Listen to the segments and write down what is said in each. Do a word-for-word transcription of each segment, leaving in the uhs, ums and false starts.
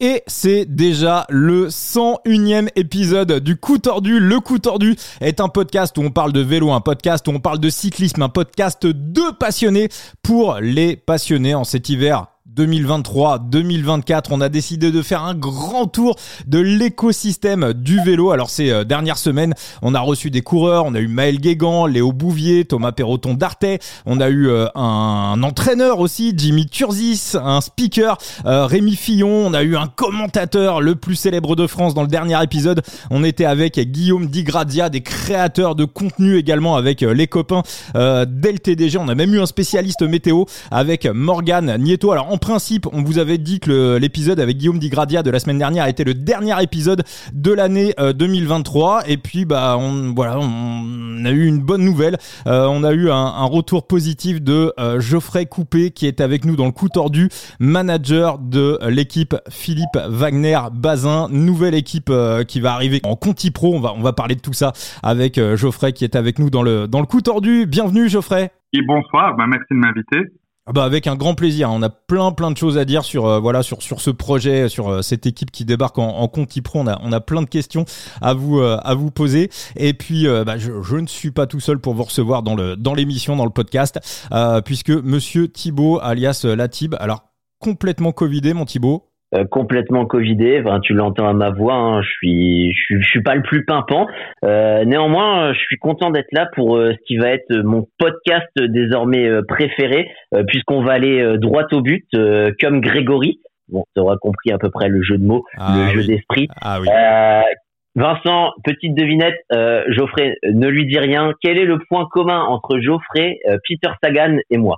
Et c'est déjà le cent unième épisode du Coup Tordu. Le Coup Tordu est un podcast où on parle de vélo, un podcast où on parle de cyclisme, un podcast de passionnés pour les passionnés. En cet hiver deux mille vingt-trois deux mille vingt-quatre, on a décidé de faire un grand tour de l'écosystème du vélo. Alors ces euh, dernières semaines, on a reçu des coureurs, on a eu Maël Guégan, Léo Bouvier, Thomas Perroton d'Artet, on a eu euh, un, un entraîneur aussi, Jimmy Turzis, un speaker, euh, Rémi Fillon, on a eu un commentateur, le plus célèbre de France dans le dernier épisode. On était avec Guillaume Di Grazia, des créateurs de contenu également avec euh, les copains euh, d'L T D G. On a même eu un spécialiste météo avec Morgane Nieto. Alors en principe, on vous avait dit que le, l'épisode avec Guillaume Di Grazia de la semaine dernière était le dernier épisode de l'année euh, deux mille vingt-trois. Et puis, bah, on, voilà, on a eu une bonne nouvelle. Euh, on a eu un, un retour positif de euh, Geoffrey Coupé qui est avec nous dans le Coup Tordu, manager de l'équipe Philippe Wagner Bazin, nouvelle équipe euh, qui va arriver en Conti Pro. On va, on va parler de tout ça avec euh, Geoffrey qui est avec nous dans le dans le Coup Tordu. Bienvenue Geoffrey. Et bonsoir, bah, merci de m'inviter. Bah avec un grand plaisir, on a plein plein de choses à dire sur euh, voilà sur sur ce projet, sur euh, cette équipe qui débarque en, en Conti Pro. On a on a plein de questions à vous euh, à vous poser. Et puis euh, bah, je, je ne suis pas tout seul pour vous recevoir dans le dans l'émission, dans le podcast, euh, puisque Monsieur Thibaut alias Latib, alors complètement covidé mon Thibaut. Euh, complètement covidé, enfin, tu l'entends à ma voix, hein, je suis, je suis, je suis pas le plus pimpant. Euh, néanmoins, je suis content d'être là pour euh, ce qui va être mon podcast désormais euh, préféré, euh, puisqu'on va aller euh, droit au but, euh, comme Grégory. Bon, tu auras compris à peu près le jeu de mots, ah, le oui. jeu d'esprit. Ah oui. Euh, Vincent, petite devinette, euh, Geoffrey, ne lui dis rien. Quel est le point commun entre Geoffrey, euh, Peter Sagan et moi?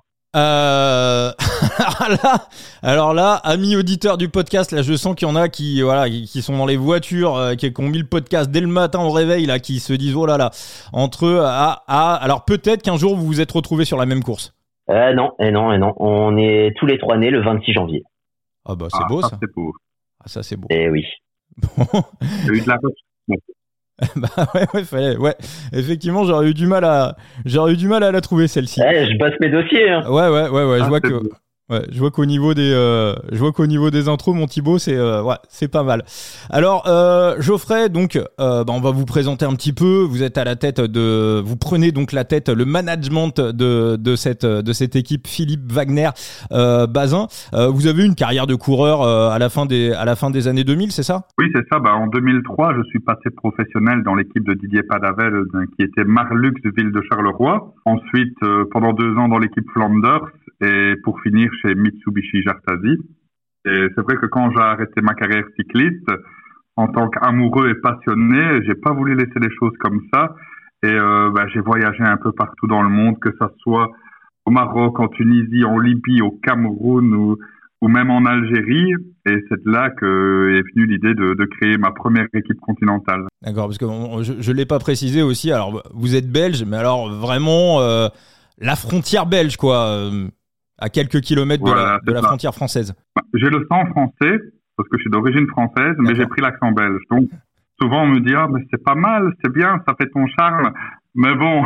Euh... alors là, alors là, amis auditeurs du podcast, là, je sens qu'il y en a qui, voilà, qui sont dans les voitures, euh, qui, qui ont mis le podcast dès le matin au réveil, là, qui se disent oh là là, entre eux, ah, ah, alors peut-être qu'un jour vous vous êtes retrouvés sur la même course. Euh, non, et non, et non, on est tous les trois nés le vingt-six janvier. Ah bah c'est ah, beau ça. ça. C'est beau. Ah ça c'est beau. Eh oui. Bon. Il y a eu de la bon. Bah ouais, ouais, fallait, ouais. Effectivement, j'aurais eu du mal à, j'aurais eu du mal à la trouver celle-ci. Ouais, je passe mes dossiers. Hein. Ouais, ouais, ouais, ouais. Ah, je vois que, beau. ouais, je vois qu'au niveau des, euh, je vois qu'au niveau des intros, mon Thibaut, c'est, euh, ouais, c'est pas mal. Alors, euh, Geoffrey, donc, euh, bah, on va vous présenter un petit peu. Vous êtes à la tête de, vous prenez donc la tête, le management de de cette de cette équipe Philippe Wagner euh, Bazin. Euh, vous avez eu une carrière de coureur euh, à la fin des à la fin des années deux mille, c'est ça? Oui, c'est ça. Bah, en deux mille trois, je suis passé professionnel dans l'équipe de Didier Padavel, qui était Marlux Ville de Charleroi. Ensuite, euh, pendant deux ans dans l'équipe Flanders. Et pour finir chez Mitsubishi Jartazi. Et c'est vrai que quand j'ai arrêté ma carrière cycliste, en tant qu'amoureux et passionné, j'ai pas voulu laisser les choses comme ça. Et euh, bah, j'ai voyagé un peu partout dans le monde, que ça soit au Maroc, en Tunisie, en Libye, au Cameroun ou, ou même en Algérie. Et c'est de là que est venue l'idée de, de créer ma première équipe continentale. D'accord, parce que on, je, je l'ai pas précisé aussi. Alors vous êtes belge, mais alors vraiment euh, la frontière belge, quoi. Euh... à quelques kilomètres de, voilà, la, de la frontière française. J'ai le sang français, parce que je suis d'origine française, mais j'ai pris l'accent belge. Donc, souvent, on me dit, ah, mais c'est pas mal, c'est bien, ça fait ton charme. Mais bon,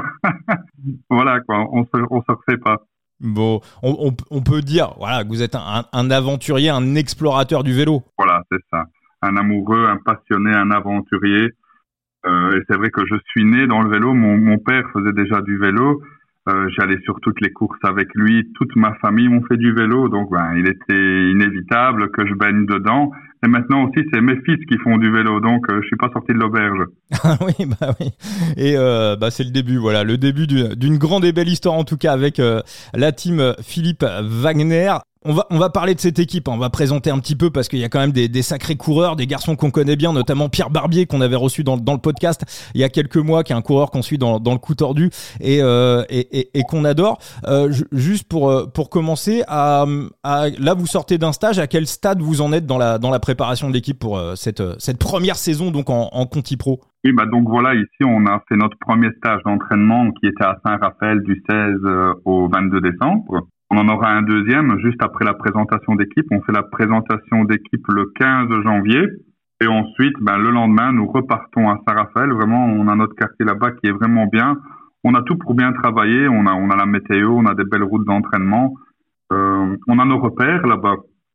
voilà, quoi, on se, on se refait pas. Bon, on, on, on peut dire, voilà, que vous êtes un, un aventurier, un explorateur du vélo. Voilà, c'est ça. Un amoureux, un passionné, un aventurier. Euh, et c'est vrai que je suis né dans le vélo. Mon, mon père faisait déjà du vélo. Euh, j'allais sur toutes les courses avec lui, toute ma famille m'ont fait du vélo, donc ben, il était inévitable que je baigne dedans. Et maintenant aussi, c'est mes fils qui font du vélo, donc euh, je suis pas sorti de l'auberge. Ah oui, bah oui. Et euh, bah c'est le début, voilà, le début d'une, d'une grande et belle histoire en tout cas avec euh, la team Philippe Wagner. On va, on va parler de cette équipe, on va présenter un petit peu parce qu'il y a quand même des, des sacrés coureurs, des garçons qu'on connaît bien, notamment Pierre Barbier qu'on avait reçu dans, dans le podcast il y a quelques mois, qui est un coureur qu'on suit dans, dans le Coup Tordu et, euh, et, et, et qu'on adore. Euh, juste pour, pour commencer, à, à, là vous sortez d'un stage, à quel stade vous en êtes dans la, dans la préparation de l'équipe pour euh, cette, cette première saison donc en, en Conti Pro? Oui, bah donc voilà, ici on a fait notre premier stage d'entraînement qui était à Saint-Raphaël du seize au vingt-deux décembre. On en aura un deuxième juste après la présentation d'équipe. On fait la présentation d'équipe le quinze janvier. Et ensuite, ben, le lendemain, nous repartons à Saint-Raphaël. Vraiment, on a notre quartier là-bas qui est vraiment bien. On a tout pour bien travailler. On a, on a la météo, on a des belles routes d'entraînement. Euh, on a nos repères là-bas.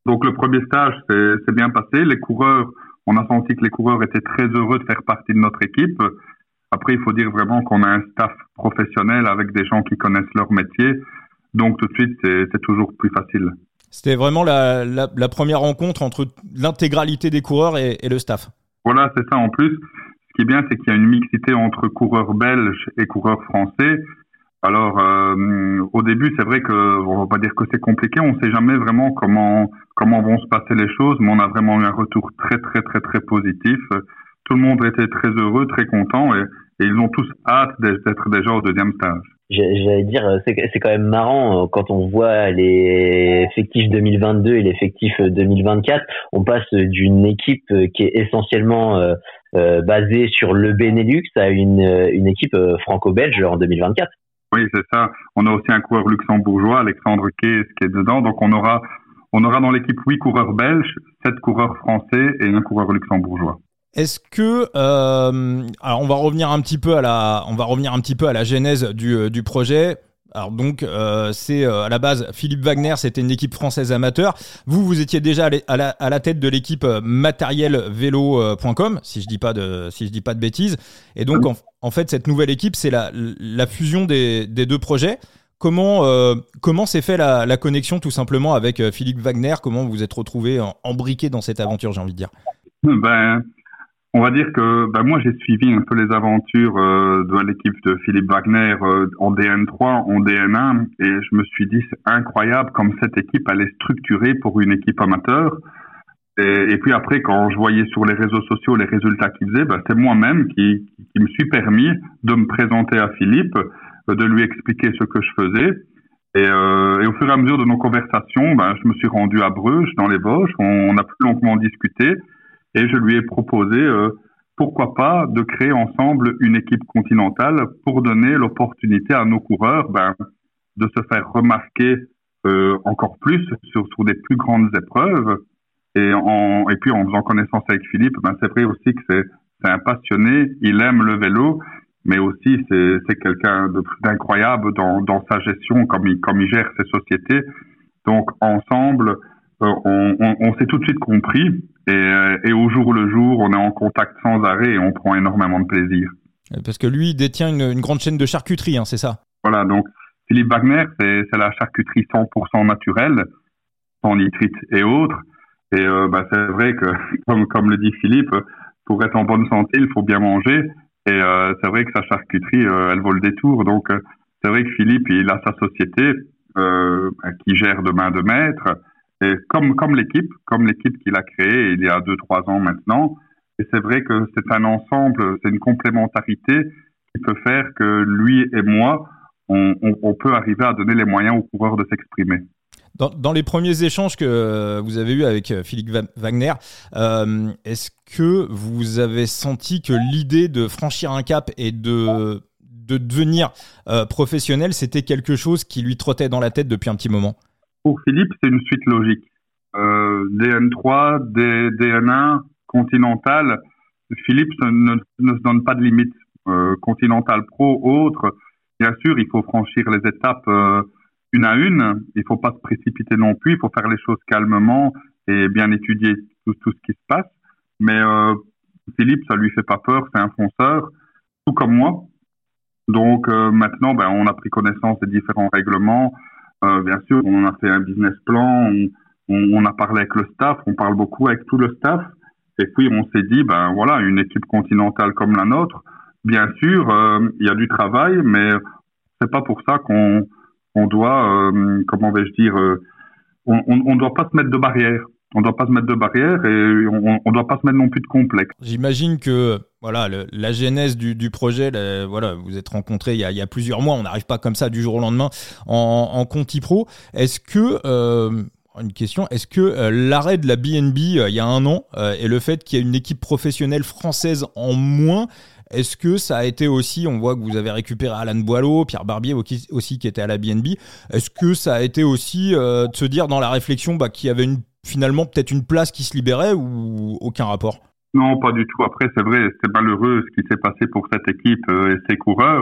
Donc le premier stage c'est, c'est bien passé. Les coureurs, on a senti que les coureurs étaient très heureux de faire partie de notre équipe. Après, il faut dire vraiment qu'on a un staff professionnel avec des gens qui connaissent leur métier. Donc tout de suite, c'est, c'est toujours plus facile. C'était vraiment la, la, la première rencontre entre l'intégralité des coureurs et, et le staff. Voilà, c'est ça. En plus, ce qui est bien, c'est qu'il y a une mixité entre coureurs belges et coureurs français. Alors, euh, au début, c'est vrai que, on va pas dire que c'est compliqué, on sait jamais vraiment comment comment vont se passer les choses, mais on a vraiment eu un retour très très très très positif. Tout le monde était très heureux, très content, et, et ils ont tous hâte d'être déjà au deuxième stage. J'allais dire, c'est, c'est quand même marrant quand on voit les effectifs deux mille vingt-deux et l'effectif deux mille vingt-quatre. On passe d'une équipe qui est essentiellement euh, euh, basée sur le Benelux à une, une équipe franco-belge en deux mille vingt-quatre. Oui, c'est ça. On a aussi un coureur luxembourgeois, Alexandre Kees, qui est dedans. Donc on aura, on aura dans l'équipe huit coureurs belges, sept coureurs français et un coureur luxembourgeois. Est-ce que euh, alors on va revenir un petit peu à la on va revenir un petit peu à la genèse du du projet. Alors donc euh, c'est euh, à la base Philippe Wagner, c'était une équipe française amateur. Vous vous étiez déjà à la à la tête de l'équipe matériel vélo point com si je dis pas de si je dis pas de bêtises. Et donc en, en fait cette nouvelle équipe c'est la la fusion des des deux projets. Comment euh, comment s'est fait la la connexion tout simplement avec Philippe Wagner? Comment vous vous êtes retrouvé embriqué dans cette aventure, j'ai envie de dire? Ben On va dire que ben moi j'ai suivi un peu les aventures euh, de l'équipe de Philippe Wagner euh, en D N trois, en D N un, et je me suis dit c'est incroyable comme cette équipe elle est structurée pour une équipe amateur. Et, et puis après quand je voyais sur les réseaux sociaux les résultats qu'ils faisaient, ben c'est moi-même qui, qui me suis permis de me présenter à Philippe, de lui expliquer ce que je faisais. Et, euh, et au fur et à mesure de nos conversations, ben je me suis rendu à Bruges dans les Vosges, on, on a plus longuement discuté. Et je lui ai proposé, euh, pourquoi pas, de créer ensemble une équipe continentale pour donner l'opportunité à nos coureurs ben, de se faire remarquer euh, encore plus sur, sur des plus grandes épreuves. Et, en, et puis en faisant connaissance avec Philippe, ben, c'est vrai aussi que c'est, c'est un passionné, il aime le vélo, mais aussi c'est, c'est quelqu'un de, d'incroyable dans, dans sa gestion, comme il, comme il gère ses sociétés. Donc ensemble, euh, on, on, on s'est tout de suite compris. Et, et au jour le jour, on est en contact sans arrêt et on prend énormément de plaisir. Parce que lui, il détient une, une grande chaîne de charcuterie, hein, c'est ça? Voilà, donc Philippe Wagner, c'est, c'est la charcuterie cent pour cent naturelle, sans nitrite et autres. Et euh, bah, c'est vrai que, comme, comme le dit Philippe, pour être en bonne santé, il faut bien manger. Et euh, c'est vrai que sa charcuterie, euh, elle vaut le détour. Donc euh, c'est vrai que Philippe, il a sa société euh, qui gère de main de maître. Et comme, comme l'équipe, comme l'équipe qu'il a créée il y a deux, trois ans maintenant. Et c'est vrai que c'est un ensemble, c'est une complémentarité qui peut faire que lui et moi, on, on, on peut arriver à donner les moyens aux coureurs de s'exprimer. Dans, dans les premiers échanges que vous avez eus avec Philippe Wagner, euh, est-ce que vous avez senti que l'idée de franchir un cap et de, de devenir euh, professionnel, c'était quelque chose qui lui trottait dans la tête depuis un petit moment? Pour Philippe, c'est une suite logique. Euh, D N trois, D, D N un, Continental, Philippe ne, ne se donne pas de limite. Euh, Continental Pro, autre, bien sûr, il faut franchir les étapes euh, une à une. Il faut pas se précipiter non plus. Il faut faire les choses calmement et bien étudier tout, tout ce qui se passe. Mais euh, Philippe, ça lui fait pas peur. C'est un fonceur, tout comme moi. Donc euh, maintenant, ben, on a pris connaissance des différents règlements. Euh, bien sûr, on a fait un business plan, on, on, on a parlé avec le staff, on parle beaucoup avec tout le staff. Et puis, on s'est dit, ben voilà, une équipe continentale comme la nôtre, bien sûr, euh, il y a du travail, mais c'est pas pour ça qu'on on doit, euh, comment vais-je dire, euh, on, on, on doit pas se mettre de barrières. On ne doit pas se mettre de barrières et on ne doit pas se mettre non plus de complexes. J'imagine que voilà, le, la genèse du, du projet, le, voilà, vous êtes rencontrés il y a, il y a plusieurs mois, on n'arrive pas comme ça du jour au lendemain en, en Conti Pro. Est-ce que, euh, une question, est-ce que euh, l'arrêt de la B N B euh, il y a un an euh, et le fait qu'il y ait une équipe professionnelle française en moins, est-ce que ça a été aussi, on voit que vous avez récupéré Alan Boileau, Pierre Barbier aussi qui était à la B N B, est-ce que ça a été aussi euh, de se dire dans la réflexion bah, qu'il y avait une finalement peut-être une place qui se libérait ou aucun rapport? Non, pas du tout. Après, c'est vrai, c'est malheureux ce qui s'est passé pour cette équipe euh, et ses coureurs.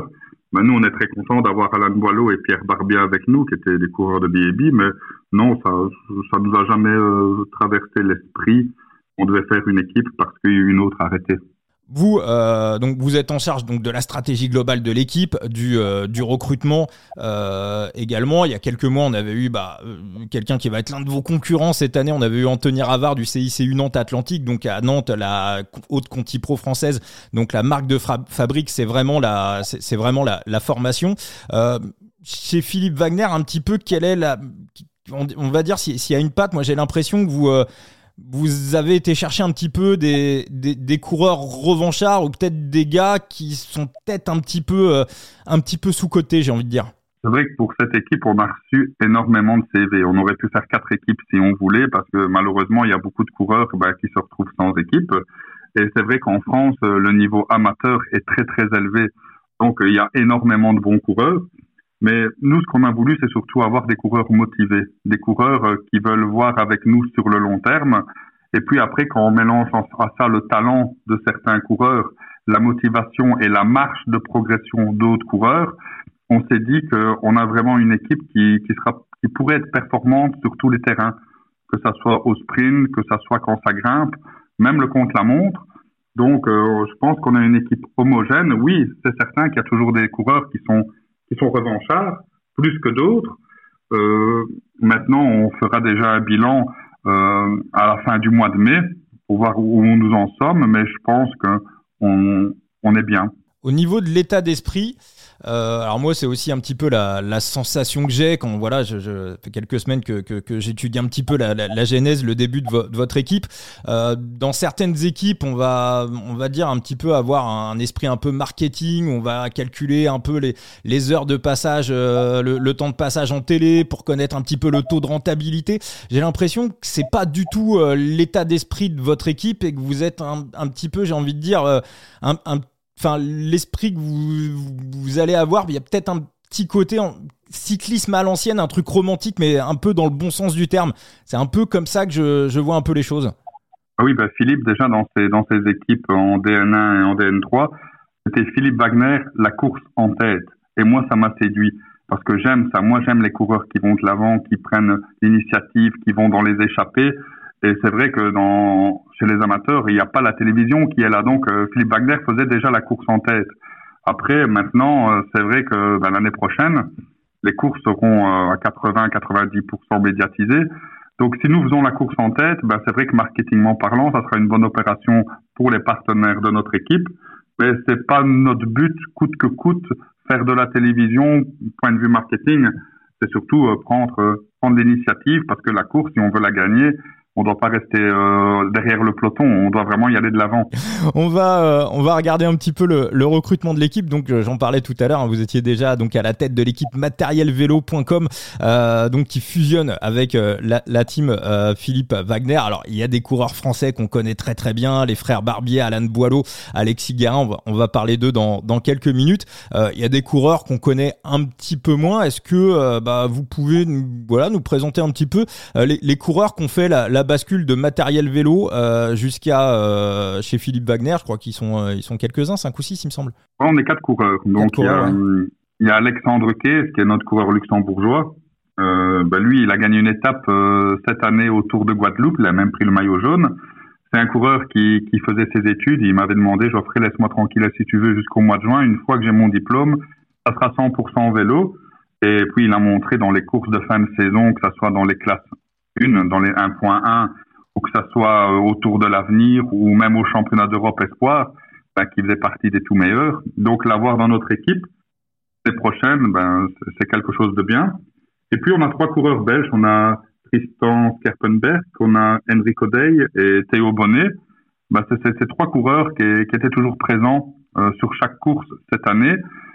Ben, nous, on est très contents d'avoir Alan Boileau et Pierre Barbier avec nous, qui étaient des coureurs de B A B, mais non, ça ça nous a jamais euh, traversé l'esprit. On devait faire une équipe parce qu'il y a eu une autre arrêtée. Vous, euh, donc vous êtes en charge donc de la stratégie globale de l'équipe, du euh, du recrutement euh, également. Il y a quelques mois, on avait eu bah euh, quelqu'un qui va être l'un de vos concurrents cette année. On avait eu Anthony Ravard du C I C U Nantes Atlantique, donc à Nantes, la haute Conti Pro française. Donc la marque de fra- fabrique, c'est vraiment la c'est, c'est vraiment la, la formation. Euh, chez Philippe Wagner, un petit peu quelle est la on, on va dire s'il y a une patte. Moi, j'ai l'impression que vous euh, Vous avez été chercher un petit peu des, des, des coureurs revanchards ou peut-être des gars qui sont peut-être un petit peu, euh, un petit peu sous-cotés, j'ai envie de dire. C'est vrai que pour cette équipe, on a reçu énormément de C V. On aurait pu faire quatre équipes si on voulait, parce que malheureusement, il y a beaucoup de coureurs bah, qui se retrouvent sans équipe. Et c'est vrai qu'en France, le niveau amateur est très très élevé. Donc, il y a énormément de bons coureurs. Mais nous, ce qu'on a voulu, c'est surtout avoir des coureurs motivés, des coureurs qui veulent voir avec nous sur le long terme. Et puis après, quand on mélange à ça le talent de certains coureurs, la motivation et la marche de progression d'autres coureurs, on s'est dit qu'on a vraiment une équipe qui, qui sera, qui pourrait être performante sur tous les terrains, que ça soit au sprint, que ça soit quand ça grimpe, même le contre-la-montre. Donc, euh, je pense qu'on a une équipe homogène. Oui, c'est certain qu'il y a toujours des coureurs qui sont qui sont revanchards, plus que d'autres. Euh, maintenant, on fera déjà un bilan euh, à la fin du mois de mai pour voir où nous en sommes, mais je pense qu'on on est bien. Au niveau de l'état d'esprit, euh, alors moi c'est aussi un petit peu la, la sensation que j'ai quand voilà, je, je fait quelques semaines que, que, que j'étudie un petit peu la, la, la genèse, le début de, vo, de votre équipe. Euh, dans certaines équipes, on va on va dire un petit peu avoir un, un esprit un peu marketing. On va calculer un peu les les heures de passage, euh, le, le temps de passage en télé pour connaître un petit peu le taux de rentabilité. J'ai l'impression que c'est pas du tout euh, l'état d'esprit de votre équipe et que vous êtes un, un petit peu, j'ai envie de dire, euh, un, un Enfin, l'esprit que vous, vous allez avoir, il y a peut-être un petit côté en cyclisme à l'ancienne, un truc romantique, mais un peu dans le bon sens du terme. C'est un peu comme ça que je, je vois un peu les choses. Ah oui, bah Philippe, déjà dans ses, dans ses équipes en D N un et en D N trois, c'était Philippe Wagner, la course en tête. Et moi, ça m'a séduit parce que j'aime ça. Moi, j'aime les coureurs qui vont de l'avant, qui prennent l'initiative, qui vont dans les échappées. Et c'est vrai que dans chez les amateurs, il n'y a pas la télévision qui est là. Donc, euh, Philippe Wagner faisait déjà la course en tête. Après, maintenant, euh, c'est vrai que ben, l'année prochaine, les courses seront euh, à quatre-vingts à quatre-vingt-dix pour cent médiatisées. Donc, si nous faisons la course en tête, ben, c'est vrai que marketingment parlant, ça sera une bonne opération pour les partenaires de notre équipe. Mais c'est pas notre but, coûte que coûte, faire de la télévision, point de vue marketing. C'est surtout euh, prendre, euh, prendre l'initiative parce que la course, si on veut la gagner, on doit pas rester euh, derrière le peloton, on doit vraiment y aller de l'avant. On va euh, on va regarder un petit peu le, le recrutement de l'équipe. Donc euh, j'en parlais tout à l'heure, hein, vous étiez déjà donc à la tête de l'équipe matériel vélo point com euh, donc qui fusionne avec euh, la, la team euh, Philippe Wagner. Alors il y a des coureurs français qu'on connaît très très bien, les frères Barbier, Alan Boileau, Alexis Guérin, on va, on va parler d'eux dans dans quelques minutes. Euh, il y a des coureurs qu'on connaît un petit peu moins. Est-ce que euh, bah vous pouvez nous, voilà nous présenter un petit peu euh, les, les coureurs qu'on fait la, la bascule de matériel vélo euh, jusqu'à euh, chez Philippe Wagner, je crois qu'ils sont euh, ils sont quelques-uns, cinq ou six il me semble. On est quatre coureurs. Donc quatre il, y a, ouais. il y a Alexandre Quay, qui est notre coureur luxembourgeois. Euh, bah lui, il a gagné une étape euh, cette année au Tour de Guadeloupe. Il a même pris le maillot jaune. C'est un coureur qui qui faisait ses études. Il m'avait demandé, Geoffrey, laisse-moi tranquille si tu veux jusqu'au mois de juin. Une fois que j'ai mon diplôme, ça sera cent pour cent vélo. Et puis il a montré dans les courses de fin de saison, que ça soit dans les classes une dans les un point un ou que ça soit au Tour de l'Avenir ou même au championnat d'Europe Espoir, ben, qui faisait partie des tout meilleurs. Donc l'avoir dans notre équipe, les prochaines, ben, c'est quelque chose de bien. Et puis on a trois coureurs belges, on a Tristan Skerpenberg, on a Enrico Dey et Théo Bonnet. Ben, c'est, c'est ces trois coureurs qui, qui étaient toujours présents euh, sur chaque course cette année.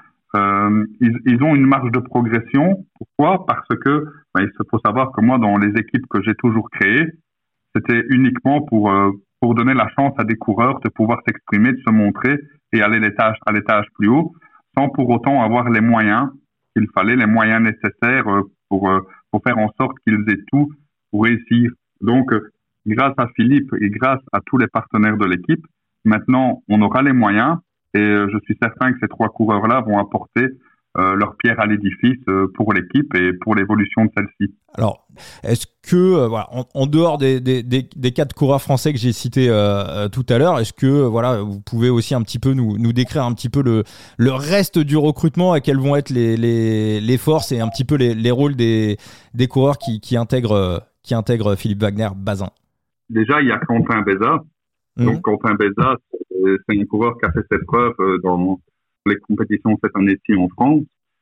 Euh, ils, ils ont une marge de progression. Pourquoi ? Parce que ben, il faut savoir que moi, dans les équipes que j'ai toujours créées, c'était uniquement pour euh, pour donner la chance à des coureurs de pouvoir s'exprimer, de se montrer et aller l'étage à l'étage plus haut, sans pour autant avoir les moyens qu'il fallait, les moyens nécessaires euh, pour euh, pour faire en sorte qu'ils aient tout pour réussir. Donc, euh, grâce à Philippe et grâce à tous les partenaires de l'équipe, maintenant, on aura les moyens. Et je suis certain que ces trois coureurs-là vont apporter euh, leur pierre à l'édifice euh, pour l'équipe et pour l'évolution de celle-ci. Alors, est-ce que, euh, voilà, en, en dehors des, des, des, des quatre coureurs français que j'ai cités euh, tout à l'heure, est-ce que, euh, voilà, vous pouvez aussi un petit peu nous, nous décrire un petit peu le, le reste du recrutement, à quelles vont être les, les, les forces et un petit peu les, les rôles des, des coureurs qui, qui intègrent, qui intègrent Philippe Wagner-Bazin? Déjà, il y a Quentin Bézat. Mmh. Donc, Quentin Bézat, c'est un coureur qui a fait ses preuves dans les compétitions cette année-ci en France.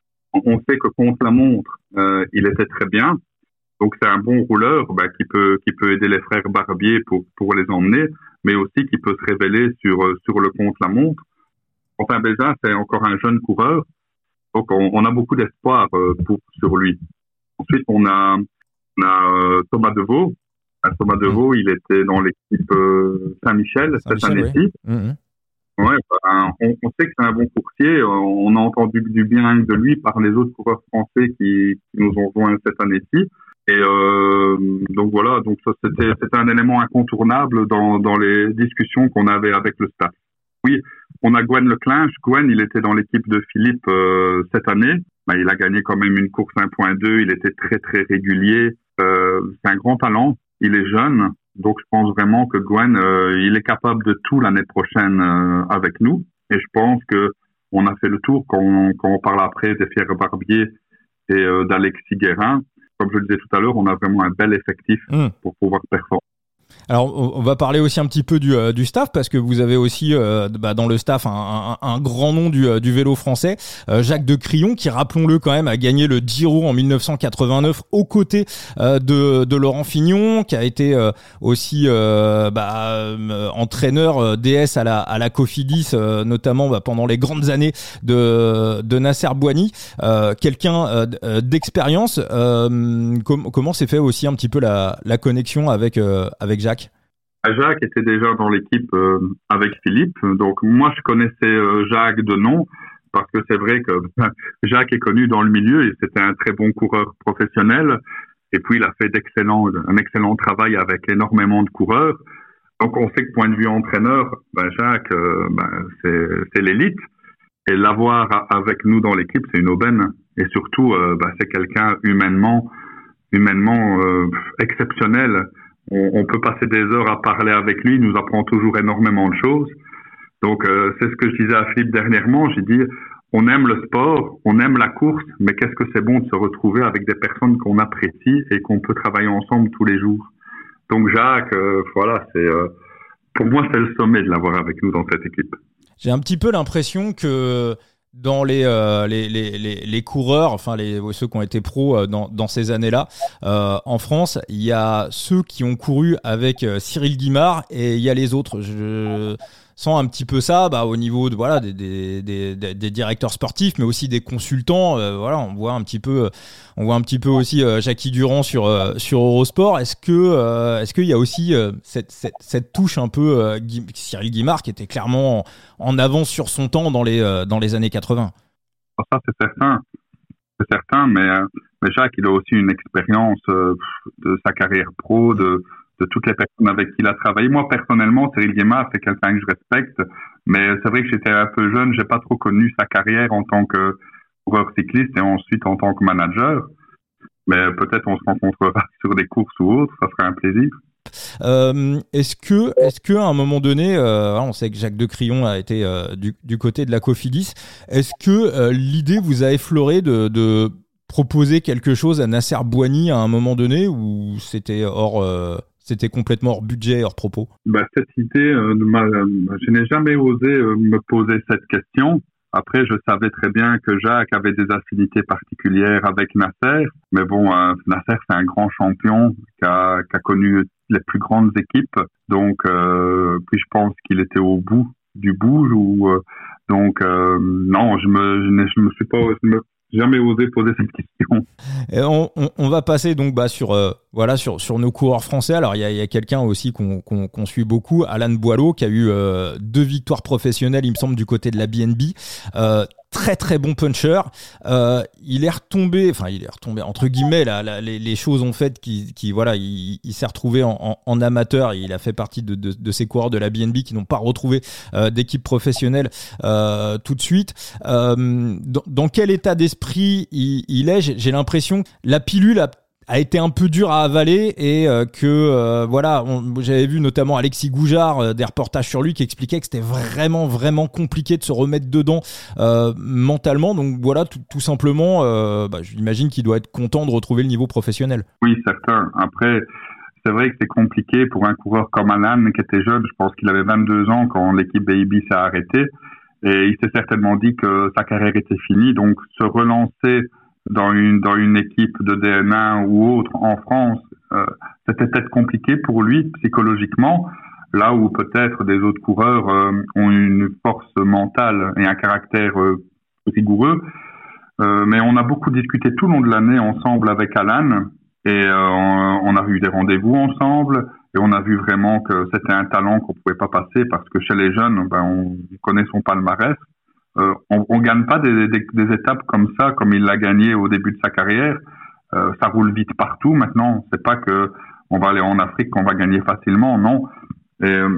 On sait que contre la montre, euh, il était très bien. Donc, c'est un bon rouleur bah, qui peut qui peut aider les frères Barbier pour pour les emmener, mais aussi qui peut se révéler sur sur le contre-la-montre. Enfin, Bézat, c'est encore un jeune coureur, donc on, on a beaucoup d'espoir euh, pour sur lui. Ensuite, on a on a euh, Thomas Deveau. Thomas Deveau, mmh. il était dans l'équipe euh, Saint-Michel, Saint-Michel cette année-ci. Oui. Mmh. Ouais, ben, on, on sait que c'est un bon coursier. On a entendu du bien de lui par les autres coureurs français qui, qui nous ont rejoints cette année-ci. Et euh, donc voilà, donc ça c'était c'était un élément incontournable dans dans les discussions qu'on avait avec le staff. Oui, on a Gwen Leclinch. Gwen, il était dans l'équipe de Philippe euh, cette année. Ben, il a gagné quand même une course un point deux. Il était très très régulier. Euh, c'est un grand talent. Il est jeune, donc je pense vraiment que Gwen, euh, il est capable de tout l'année prochaine euh, avec nous. Et je pense que on a fait le tour quand on, quand on parle après des Pierre Barbier et euh, d'Alexis Guérin. Comme je le disais tout à l'heure, on a vraiment un bel effectif mmh. pour pouvoir performer. Alors, on va parler aussi un petit peu du, euh, du staff, parce que vous avez aussi euh, bah, dans le staff un, un, un grand nom du, euh, du vélo français, euh, Jacques de Crillon, qui, rappelons-le quand même, a gagné le Giro en dix-neuf cent quatre-vingt-neuf aux côtés euh, de, de Laurent Fignon, qui a été euh, aussi euh, bah, euh, entraîneur euh, D S à la, à la Cofidis, euh, notamment bah, pendant les grandes années de, de Nasser Boigny, euh, quelqu'un euh, d'expérience. Euh, com- comment s'est fait aussi un petit peu la, la connexion avec, euh, avec Jacques? Jacques était déjà dans l'équipe euh, avec Philippe, donc moi je connaissais euh, Jacques de nom, parce que c'est vrai que Jacques est connu dans le milieu et c'était un très bon coureur professionnel, et puis il a fait d'excellents, un excellent travail avec énormément de coureurs. Donc on sait que point de vue entraîneur, ben Jacques, euh, ben, c'est, c'est l'élite, et l'avoir avec nous dans l'équipe, c'est une aubaine, et surtout euh, ben, c'est quelqu'un humainement, humainement euh, exceptionnel. On, on peut passer des heures à parler avec lui, il nous apprend toujours énormément de choses. Donc euh, c'est ce que je disais à Philippe dernièrement, j'ai dit on aime le sport, on aime la course, mais qu'est-ce que c'est bon de se retrouver avec des personnes qu'on apprécie et qu'on peut travailler ensemble tous les jours. Donc Jacques, euh, voilà, c'est euh, pour moi c'est le sommet de l'avoir avec nous dans cette équipe. J'ai un petit peu l'impression que dans les, euh, les, les, les, les coureurs, enfin les, ceux qui ont été pros euh, dans, dans ces années-là, euh, en France, il y a ceux qui ont couru avec euh, Cyril Guimard et il y a les autres. Je sens un petit peu ça bah, au niveau de, voilà, des, des, des, des, des directeurs sportifs, mais aussi des consultants. Euh, voilà, on voit un petit peu, on voit un petit peu aussi euh, Jackie Durand sur, euh, sur Eurosport. Est-ce que, euh, est-ce qu'il y a aussi euh, cette, cette, cette touche un peu euh, Guy, Cyril Guimard qui était clairement en, en avance sur son temps dans les, euh, dans les années quatre-vingts? Ça, c'est certain. C'est certain, mais, euh, mais Jacques, il a aussi une expérience euh, de sa carrière pro, de, de toutes les personnes avec qui il a travaillé. Moi, personnellement, Cyril Guimard, c'est quelqu'un que je respecte, mais c'est vrai que j'étais un peu jeune, j'ai pas trop connu sa carrière en tant que coureur cycliste et ensuite en tant que manager. Mais peut-être on se rencontrera sur des courses ou autres, ça serait un plaisir. Euh, est-ce que, est-ce que à un moment donné, euh, on sait que Jacques de Crillon a été euh, du, du côté de la Cofidis, est-ce que euh, l'idée vous a effleuré de, de proposer quelque chose à Nasser Boigny à un moment donné, ou c'était hors, euh, c'était complètement hors budget, hors propos? Bah, cette idée, euh, ma, je n'ai jamais osé euh, me poser cette question. Après, je savais très bien que Jacques avait des affinités particulières avec Nasser. Mais bon, euh, Nasser, c'est un grand champion qui a, qui a connu les plus grandes équipes. Donc, euh, puis je pense qu'il était au bout du bout. Ou, euh, donc, euh, non, je me, je ne je me suis pas je me, jamais osé poser cette question. Et on, on, on va passer donc bah, sur... Euh Voilà, sur sur nos coureurs français. Alors il y a, il y a quelqu'un aussi qu'on, qu'on qu'on suit beaucoup, Alan Boileau, qui a eu euh, deux victoires professionnelles, il me semble, du côté de la B N B. Euh, très très bon puncher. Euh, il est retombé, enfin il est retombé entre guillemets. Là, là les, les choses ont fait qui qui voilà, il, il s'est retrouvé en, en, en amateur. Il a fait partie de, de de ces coureurs de la B N B qui n'ont pas retrouvé euh, d'équipe professionnelle euh, tout de suite. Euh, dans, dans quel état d'esprit il, il est? J'ai, j'ai l'impression la pilule a a été un peu dur à avaler et euh, que euh, voilà, on, j'avais vu notamment Alexis Goujard euh, des reportages sur lui qui expliquait que c'était vraiment vraiment compliqué de se remettre dedans euh, mentalement. Donc voilà, tout, tout simplement, euh, bah, j'imagine qu'il doit être content de retrouver le niveau professionnel. Oui, certain. Après, c'est vrai que c'est compliqué pour un coureur comme Alan qui était jeune. Je pense qu'il avait vingt-deux ans quand l'équipe Baby s'est arrêtée et il s'est certainement dit que sa carrière était finie. Donc se relancer dans une dans une équipe de D M un ou autre en France, euh, c'était peut-être compliqué pour lui psychologiquement, là où peut-être des autres coureurs euh, ont une force mentale et un caractère euh, rigoureux. Euh, mais on a beaucoup discuté tout le long de l'année ensemble avec Alan et euh, on, on a eu des rendez-vous ensemble et on a vu vraiment que c'était un talent qu'on pouvait pas passer parce que chez les jeunes, ben, on connaît son palmarès. Euh, on, on gagne pas des, des, des étapes comme ça, comme il l'a gagné au début de sa carrière. Euh, ça roule vite partout maintenant. C'est pas que on va aller en Afrique qu'on va gagner facilement, non. Et euh,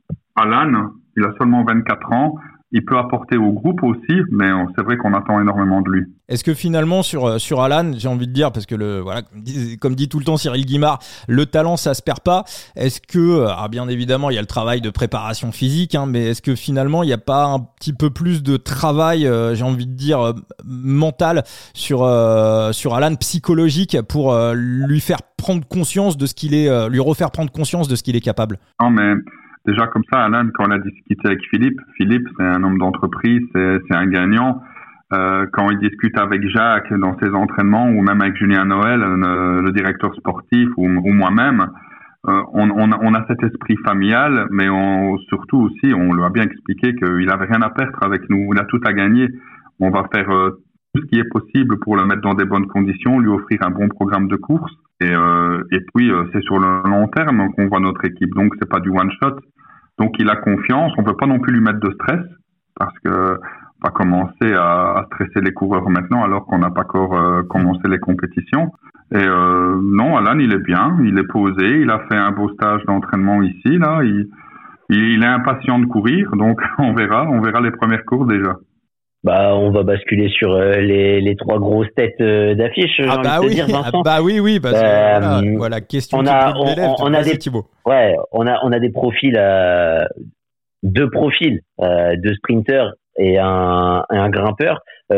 Alan, il a seulement vingt-quatre ans. Il peut apporter au groupe aussi, mais c'est vrai qu'on attend énormément de lui. Est-ce que finalement sur sur Alan, j'ai envie de dire, parce que le voilà, comme dit, comme dit tout le temps Cyril Guimard, le talent ça se perd pas. Est-ce que, ah bien évidemment, il y a le travail de préparation physique, hein, mais est-ce que finalement il n'y a pas un petit peu plus de travail, euh, j'ai envie de dire euh, mental sur euh, sur Alan, psychologique, pour euh, lui faire prendre conscience de ce qu'il est, euh, lui refaire prendre conscience de ce qu'il est capable? Non mais déjà comme ça, Alan, quand on a discuté avec Philippe, Philippe c'est un homme d'entreprise, c'est, c'est un gagnant. Euh, quand il discute avec Jacques dans ses entraînements ou même avec Julien Noël, le, le directeur sportif ou, ou moi-même, euh, on, on, on a cet esprit familial, mais on, surtout aussi, on lui a bien expliqué qu'il avait rien à perdre avec nous, il a tout à gagner. On va faire euh, tout ce qui est possible pour le mettre dans des bonnes conditions, lui offrir un bon programme de course. Et, euh, et puis, euh, c'est sur le long terme qu'on voit notre équipe, donc c'est pas du one shot. Donc il a confiance, on peut pas non plus lui mettre de stress parce que on va commencer à, à stresser les coureurs maintenant alors qu'on n'a pas encore euh, commencé les compétitions. Et euh, non, Alan il est bien, il est posé, il a fait un beau stage d'entraînement ici là, il, il, il est impatient de courir, donc on verra, on verra les premières courses déjà. Bah, on va basculer sur euh, les, les trois grosses têtes euh, d'affiche. Ah bah oui, dire, ah bah oui, oui, parce que euh, voilà, voilà, question on qui a, on, l'élève, on, on a des, Thibaut. Ouais, on a, on a des profils, euh, deux profils, euh, deux sprinters et un, et un grimpeur.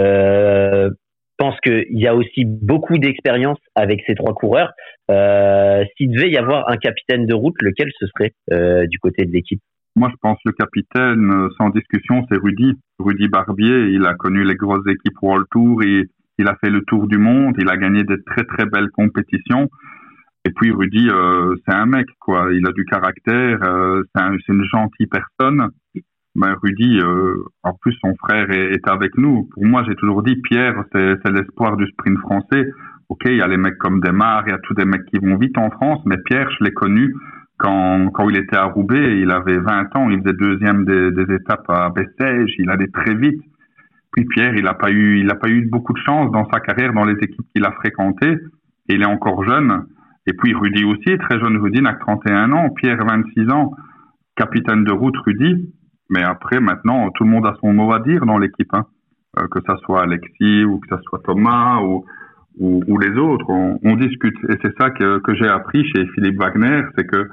Euh, je pense qu'il y a aussi beaucoup d'expérience avec ces trois coureurs. Euh, s'il devait y avoir un capitaine de route, lequel ce serait euh, du côté de l'équipe? Moi, je pense que le capitaine, sans discussion, c'est Rudy. Rudy Barbier, il a connu les grosses équipes World Tour, et il a fait le tour du monde, il a gagné des très très belles compétitions. Et puis Rudy, euh, c'est un mec, quoi. Il a du caractère, euh, c'est, un, c'est une gentille personne. Ben, Rudy, euh, en plus, son frère est, est avec nous. Pour moi, j'ai toujours dit, Pierre, c'est, c'est l'espoir du sprint français. Ok, il y a les mecs comme Desmar, il y a tous des mecs qui vont vite en France, mais Pierre, je l'ai connu quand, quand il était à Roubaix, il avait vingt ans, il faisait deuxième des, des étapes à Bessèges, il allait très vite. Puis Pierre, il a pas eu, il a pas eu beaucoup de chance dans sa carrière, dans les équipes qu'il a fréquentées, et il est encore jeune. Et puis Rudy aussi, très jeune Rudy, n'a que trente et un ans, Pierre vingt-six ans, capitaine de route Rudy. Mais après, maintenant, tout le monde a son mot à dire dans l'équipe, hein. Euh, que ça soit Alexis ou que ça soit Thomas ou, ou, ou les autres, on, on discute. Et c'est ça que, que j'ai appris chez Philippe Wagner, c'est que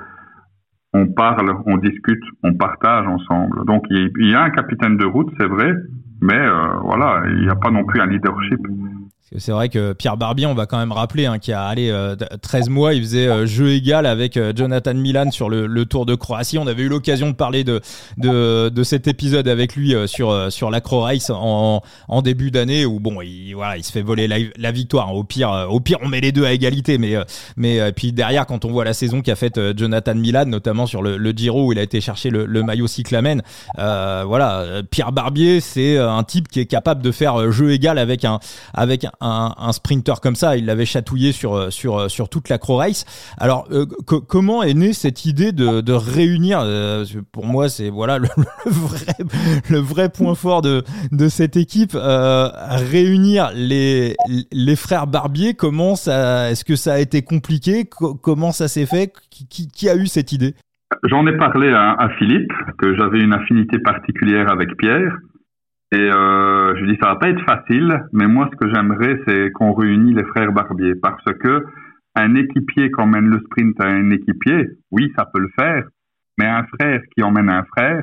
on parle, on discute, on partage ensemble. Donc il, il y a un capitaine de route, c'est vrai, mais euh, voilà, il n'y a pas non plus un leadership. C'est vrai que Pierre Barbier, on va quand même rappeler, hein, qu'il y a allé euh, treize mois, il faisait euh, jeu égal avec euh, Jonathan Milan sur le, le Tour de Croatie. On avait eu l'occasion de parler de de, de cet épisode avec lui euh, sur euh, sur l'Acro Race en, en début d'année où bon, il voilà, il se fait voler la, la victoire. Au pire, euh, au pire, on met les deux à égalité, mais euh, mais euh, puis derrière, quand on voit la saison qu'a faite euh, Jonathan Milan, notamment sur le, le Giro où il a été chercher le, le maillot cyclamen, euh, voilà, Pierre Barbier, c'est un type qui est capable de faire jeu égal avec un avec un, un sprinter comme ça. Il l'avait chatouillé sur sur sur toute la Crow Race. Alors euh, co- comment est née cette idée de de réunir euh, pour moi c'est voilà le, le vrai le vrai point fort de de cette équipe, euh, réunir les les frères Barbier. Comment ça, est-ce que ça a été compliqué? Co- comment ça s'est fait? Qui, qui, qui a eu cette idée? J'en ai parlé à, à Philippe, que j'avais une affinité particulière avec Pierre. Et euh, je dis ça va pas être facile, mais moi ce que j'aimerais c'est qu'on réunisse les frères Barbier, parce que un équipier qui emmène le sprint à un équipier, oui ça peut le faire, mais un frère qui emmène un frère,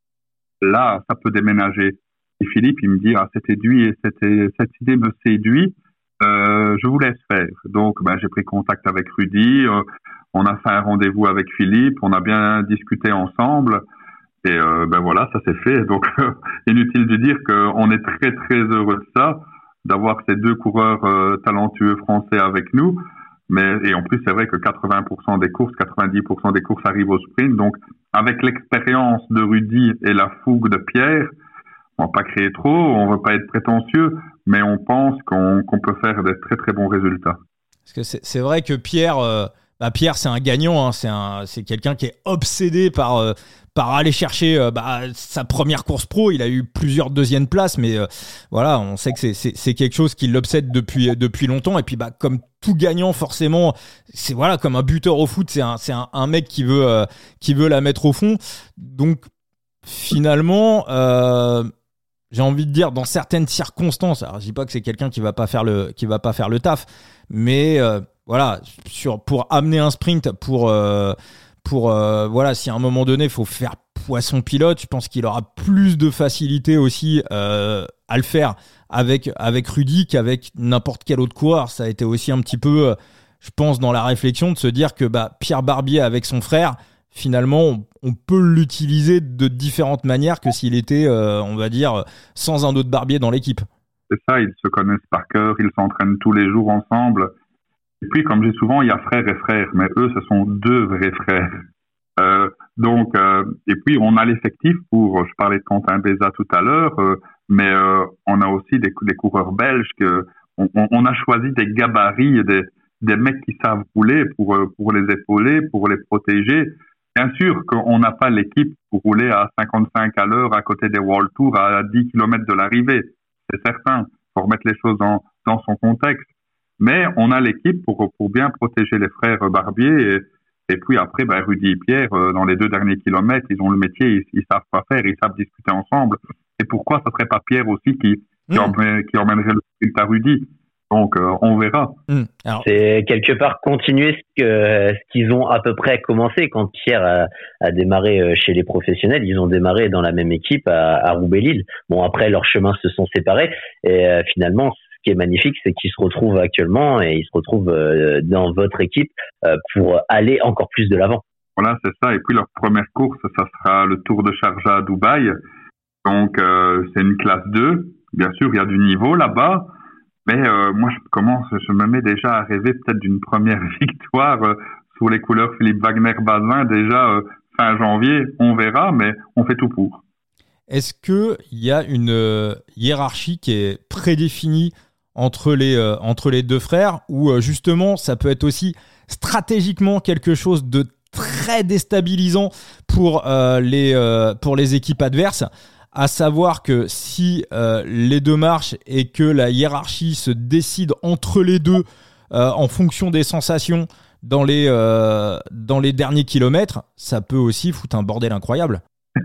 là ça peut déménager. Et Philippe il me dit ah c'était séduit, c'était cette idée me séduit, euh, je vous laisse faire. Donc ben j'ai pris contact avec Rudy, euh, on a fait un rendez-vous avec Philippe, on a bien discuté ensemble. Et euh, ben voilà, ça s'est fait. Donc, euh, inutile de dire qu'on est très très heureux de ça, d'avoir ces deux coureurs euh, talentueux français avec nous. Mais et en plus, c'est vrai que quatre-vingts pour cent des courses, quatre-vingt-dix pour cent des courses arrivent au sprint. Donc, avec l'expérience de Rudy et la fougue de Pierre, on va pas créer trop, on veut pas être prétentieux, mais on pense qu'on, qu'on peut faire des très très bons résultats. Parce que c'est, c'est vrai que Pierre, euh, bah Pierre, c'est un gagnant. Hein, c'est un, c'est quelqu'un qui est obsédé par euh, par aller chercher euh, bah, sa première course pro. Il a eu plusieurs deuxièmes places, mais euh, voilà, on sait que c'est, c'est, c'est quelque chose qui l'obsède depuis, depuis longtemps. Et puis, bah, comme tout gagnant, forcément, c'est voilà, comme un buteur au foot, c'est un, c'est un, un mec qui veut, euh, qui veut la mettre au fond. Donc, finalement, euh, j'ai envie de dire, dans certaines circonstances, alors je dis pas que c'est quelqu'un qui va pas faire le, qui va pas faire le taf, mais euh, voilà, sur, pour amener un sprint, pour euh, pour euh, voilà, si à un moment donné il faut faire poisson pilote, je pense qu'il aura plus de facilité aussi euh, à le faire avec avec Rudy qu'avec n'importe quel autre coureur. Ça a été aussi un petit peu, euh, je pense, dans la réflexion de se dire que bah Pierre Barbier avec son frère, finalement on, on peut l'utiliser de différentes manières que s'il était, euh, on va dire, sans un autre Barbier dans l'équipe. C'est ça, ils se connaissent par cœur, ils s'entraînent tous les jours ensemble. Et puis, comme je dis souvent, il y a frères et frères, mais eux, ce sont deux vrais frères. Euh, donc, euh, et puis, on a l'effectif pour, je parlais de Quentin Béza tout à l'heure, euh, mais euh, on a aussi des, des coureurs belges que on, on a choisi des gabarits, des, des mecs qui savent rouler pour, pour les épauler, pour les protéger. Bien sûr qu'on n'a pas l'équipe pour rouler à cinquante-cinq à l'heure à côté des World Tour à dix kilomètres de l'arrivée. C'est certain. Faut remettre les choses dans, dans son contexte. Mais on a l'équipe pour, pour bien protéger les frères Barbier. Et, et puis après, ben, Rudy et Pierre, euh, dans les deux derniers kilomètres, ils ont le métier, ils, ils savent quoi faire, ils savent discuter ensemble. Et pourquoi ça serait pas Pierre aussi qui, qui, mmh. emmènerait, qui emmènerait le sprint à Rudy? Donc, euh, on verra. Mmh. Alors... C'est quelque part continuer ce, que, ce qu'ils ont à peu près commencé. Quand Pierre a, a démarré chez les professionnels, ils ont démarré dans la même équipe à, à Roubaix-Lille. Bon, après, leurs chemins se sont séparés. Et euh, finalement, ce qui est magnifique, c'est qu'ils se retrouvent actuellement et ils se retrouvent euh, dans votre équipe euh, pour aller encore plus de l'avant. Voilà, c'est ça. Et puis, leur première course, ça sera le Tour de Sharjah à Dubaï. Donc, euh, c'est une classe deux. Bien sûr, il y a du niveau là-bas. Mais euh, moi, je commence, je me mets déjà à rêver peut-être d'une première victoire euh, sous les couleurs Philippe Wagner-Bazin déjà euh, fin janvier. On verra, mais on fait tout pour. Est-ce qu'il y a une euh, hiérarchie qui est prédéfinie entre les, euh, entre les deux frères ou euh, justement, ça peut être aussi stratégiquement quelque chose de très déstabilisant pour, euh, les, euh, pour les équipes adverses ? À savoir que si euh, les deux marchent et que la hiérarchie se décide entre les deux euh, en fonction des sensations dans les, euh, dans les derniers kilomètres, ça peut aussi foutre un bordel incroyable.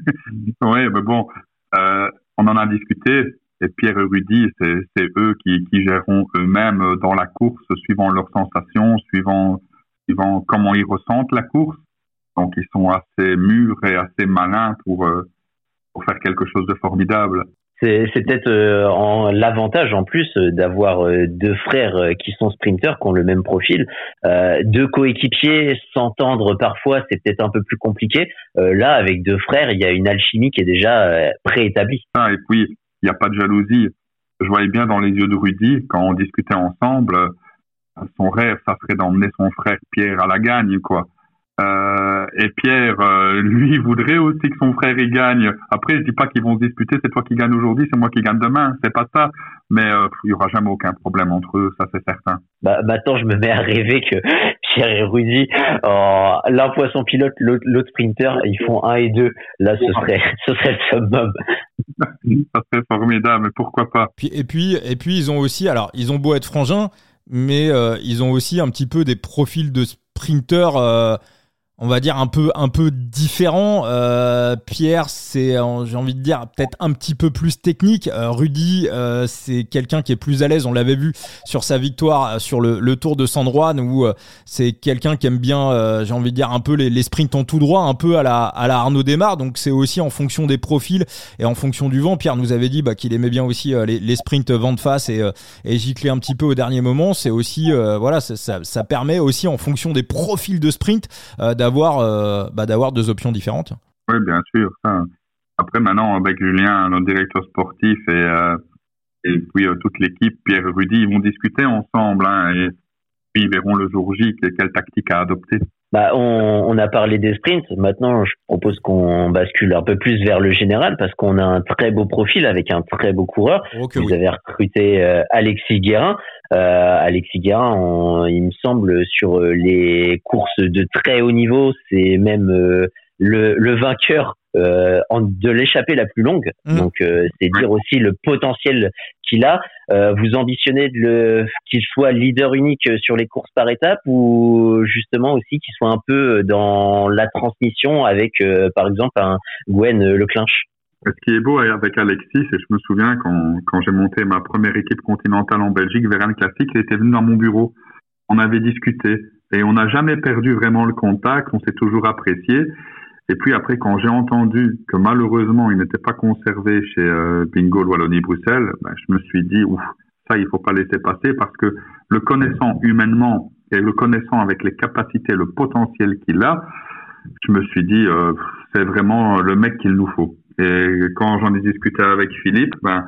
Oui, mais bon, euh, on en a discuté et Pierre et Rudy, c'est, c'est eux qui, qui géreront eux-mêmes dans la course, suivant leurs sensations, suivant, suivant comment ils ressentent la course. Donc, ils sont assez mûrs et assez malins pour... Euh, pour faire quelque chose de formidable. C'est, c'est peut-être euh, en, l'avantage en plus euh, d'avoir euh, deux frères euh, qui sont sprinteurs, qui ont le même profil. Euh, deux coéquipiers, s'entendre parfois, c'est peut-être un peu plus compliqué. Euh, là, avec deux frères, il y a une alchimie qui est déjà euh, préétablie. Ah, et puis, il n'y a pas de jalousie. Je voyais bien dans les yeux de Rudy, quand on discutait ensemble, son rêve, ça serait d'emmener son frère Pierre à la gagne, quoi. Euh, et Pierre, euh, lui, voudrait aussi que son frère y gagne. Après, je dis pas qu'ils vont se disputer, c'est toi qui gagne aujourd'hui, c'est moi qui gagne demain, c'est pas ça. Mais euh, il y aura jamais aucun problème entre eux, ça c'est certain. Bah, maintenant, je me mets à rêver que Pierre et Rudy, oh, l'un poisson pilote, l'autre, l'autre sprinter, ils font un et deux. Là, ce serait, ce serait le summum. Ça serait formidable, mais pourquoi pas. Puis, et puis, et puis, ils ont aussi, alors, ils ont beau être frangins, mais euh, ils ont aussi un petit peu des profils de sprinters. Euh, on va dire un peu un peu différent. Euh, Pierre, c'est, j'ai envie de dire, peut-être un petit peu plus technique. Euh, Rudy, euh, c'est quelqu'un qui est plus à l'aise. On l'avait vu sur sa victoire sur le, le Tour de San Juan, où euh, c'est quelqu'un qui aime bien, euh, j'ai envie de dire, un peu les, les sprints en tout droit, un peu à la à la Arnaud Démare. Donc c'est aussi en fonction des profils et en fonction du vent. Pierre nous avait dit bah, qu'il aimait bien aussi euh, les, les sprints vent de face et euh, et gicler un petit peu au dernier moment. C'est aussi euh, voilà, ça, ça ça permet aussi en fonction des profils de sprint euh, d'avoir D'avoir, euh, bah, d'avoir deux options différentes. Oui, bien sûr. Ça. Après, maintenant, avec Julien, notre directeur sportif, et, euh, et puis euh, toute l'équipe, Pierre et Rudy, ils vont discuter ensemble, hein, et puis ils verront le jour J quelle tactique à adopter. Bah, on, on a parlé des sprints. Maintenant, je propose qu'on bascule un peu plus vers le général parce qu'on a un très beau profil avec un très beau coureur. Okay, Vous oui. avez recruté euh, Alexis Guérin. Euh, Alexis Guérin, on, il me semble, sur les courses de très haut niveau, c'est même euh, le, le vainqueur euh, en, de l'échappée la plus longue. Mmh. Donc, euh, c'est dire aussi le potentiel qu'il a. Euh, vous ambitionnez de le, qu'il soit leader unique sur les courses par étapes ou justement aussi qu'il soit un peu dans la transmission avec, euh, par exemple, un Gwen Leclinch? Ce qui est beau avec Alexis, c'est que je me souviens quand, quand j'ai monté ma première équipe continentale en Belgique, Vérane Classique, il était venu dans mon bureau. On avait discuté et on n'a jamais perdu vraiment le contact, on s'est toujours apprécié. Et puis après, quand j'ai entendu que malheureusement, il n'était pas conservé chez euh, Bingo Wallonie-Bruxelles, ben, je me suis dit, ouf, ça, il faut pas laisser passer parce que le connaissant humainement et le connaissant avec les capacités, le potentiel qu'il a, je me suis dit, euh, c'est vraiment le mec qu'il nous faut. Et quand j'en ai discuté avec Philippe, ben,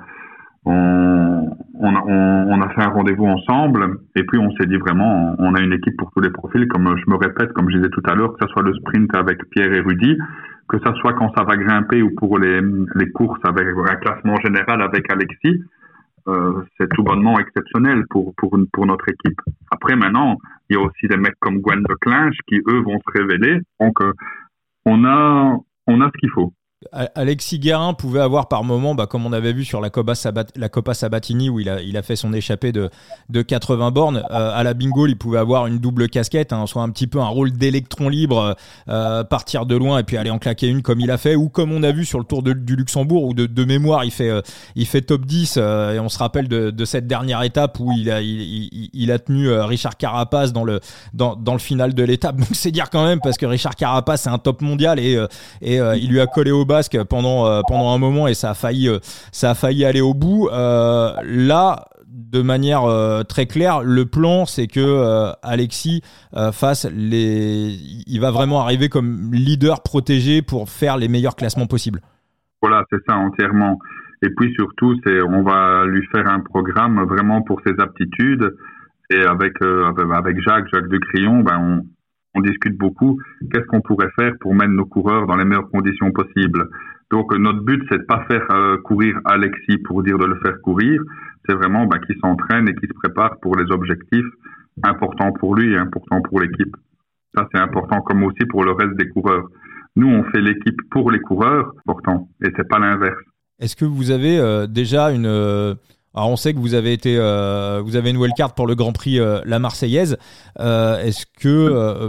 on, on, a, on, on a fait un rendez-vous ensemble et puis on s'est dit vraiment, on a une équipe pour tous les profils, comme je me répète, comme je disais tout à l'heure, que ce soit le sprint avec Pierre et Rudy, que ce soit quand ça va grimper ou pour les, les courses avec un classement général avec Alexis, euh, c'est tout bonnement exceptionnel pour, pour, pour notre équipe. Après, maintenant, il y a aussi des mecs comme Gwen Leclinch qui, eux, vont se révéler. Donc, euh, on a, on a ce qu'il faut. Alexis Guérin pouvait avoir par moment, bah, comme on avait vu sur la Copa, Sabat, la Copa Sabatini où il a, il a fait son échappée de, de quatre-vingts bornes, euh, à la Bingo il pouvait avoir une double casquette, hein, soit un petit peu un rôle d'électron libre, euh, partir de loin et puis aller en claquer une comme il a fait, ou comme on a vu sur le Tour de, du Luxembourg où de, de mémoire il fait, euh, il fait top dix euh, et on se rappelle de, de cette dernière étape où il a, il, il, il a tenu euh, Richard Carapace dans le, dans, dans le final de l'étape, donc c'est dire quand même parce que Richard Carapace c'est un top mondial et, euh, et euh, il lui a collé au bas pendant euh, pendant un moment et ça a failli euh, ça a failli aller au bout. Euh, là, de manière euh, très claire, le plan c'est que euh, Alexis euh, fasse les, il va vraiment arriver comme leader protégé pour faire les meilleurs classements possibles. Voilà, c'est ça entièrement. Et puis surtout, c'est on va lui faire un programme vraiment pour ses aptitudes et avec euh, avec Jacques Jacques de Crillon, ben on on discute beaucoup, qu'est-ce qu'on pourrait faire pour mettre nos coureurs dans les meilleures conditions possibles. Donc notre but, c'est de pas faire euh, courir Alexis pour dire de le faire courir, c'est vraiment bah, qu'il s'entraîne et qu'il se prépare pour les objectifs importants pour lui et importants pour l'équipe. Ça, c'est important comme aussi pour le reste des coureurs. Nous, on fait l'équipe pour les coureurs, important, et c'est pas l'inverse. Est-ce que vous avez euh, déjà une... Euh... Alors on sait que vous avez été, euh, vous avez une wildcard pour le Grand Prix euh, La Marseillaise. Euh, est-ce que euh,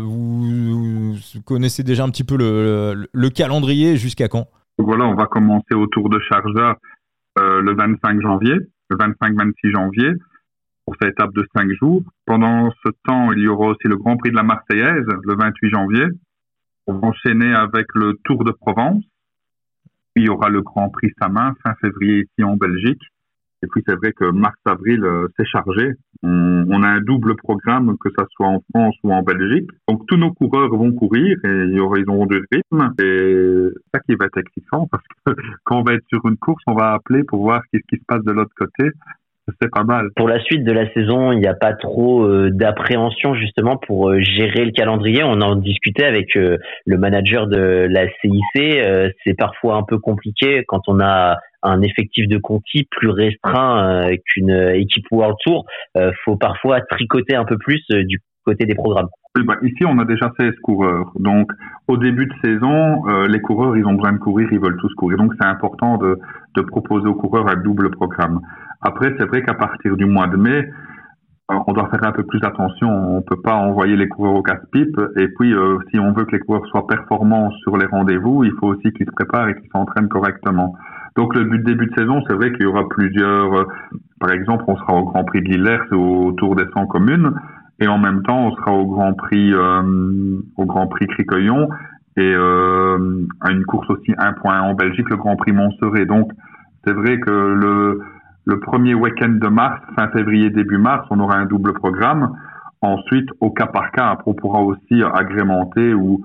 vous, vous connaissez déjà un petit peu le, le, le calendrier jusqu'à quand? Voilà, on va commencer au Tour de Sharjah euh, le vingt-cinq janvier, le vingt-cinq vingt-six janvier, pour cette étape de cinq jours. Pendant ce temps, il y aura aussi le Grand Prix de la Marseillaise le vingt-huit janvier. On va enchaîner avec le Tour de Provence. Puis il y aura le Grand Prix Samin fin février ici en Belgique. Et puis c'est vrai que mars-avril, euh, c'est chargé. On, on a un double programme, que ça soit en France ou en Belgique. Donc tous nos coureurs vont courir et ils auront du rythme. Et c'est ça qui va être excitant parce que quand on va être sur une course, on va appeler pour voir ce qui se passe de l'autre côté. c'est pas mal. Pour la suite de la saison, il n'y a pas trop euh, d'appréhension justement pour euh, gérer le calendrier. On en discutait avec euh, le manager de la C I C. Euh, c'est parfois un peu compliqué quand on a un effectif de conquis plus restreint euh, qu'une équipe World Tour. Euh, faut parfois tricoter un peu plus euh, du côté des programmes. Oui, bah, ici, on a déjà seize coureurs. Donc, au début de saison, euh, les coureurs, ils ont besoin de courir, ils veulent tous courir. Donc, c'est important de, de proposer aux coureurs un double programme. Après, c'est vrai qu'à partir du mois de mai, euh, on doit faire un peu plus attention. On peut pas envoyer les coureurs au casse-pipe. Et puis, euh, si on veut que les coureurs soient performants sur les rendez-vous, il faut aussi qu'ils se préparent et qu'ils s'entraînent correctement. Donc, le but de début de saison, c'est vrai qu'il y aura plusieurs... Euh, par exemple, on sera au Grand Prix de l'Illers ou au Tour des cent communes. Et en même temps, on sera au Grand Prix, euh, au Grand Prix Criqueuillon et euh, à une course aussi un point un en Belgique, le Grand Prix Montserrat. Donc, c'est vrai que le, le premier week-end de mars, fin février, début mars, on aura un double programme. Ensuite, au cas par cas, on pourra aussi agrémenter ou,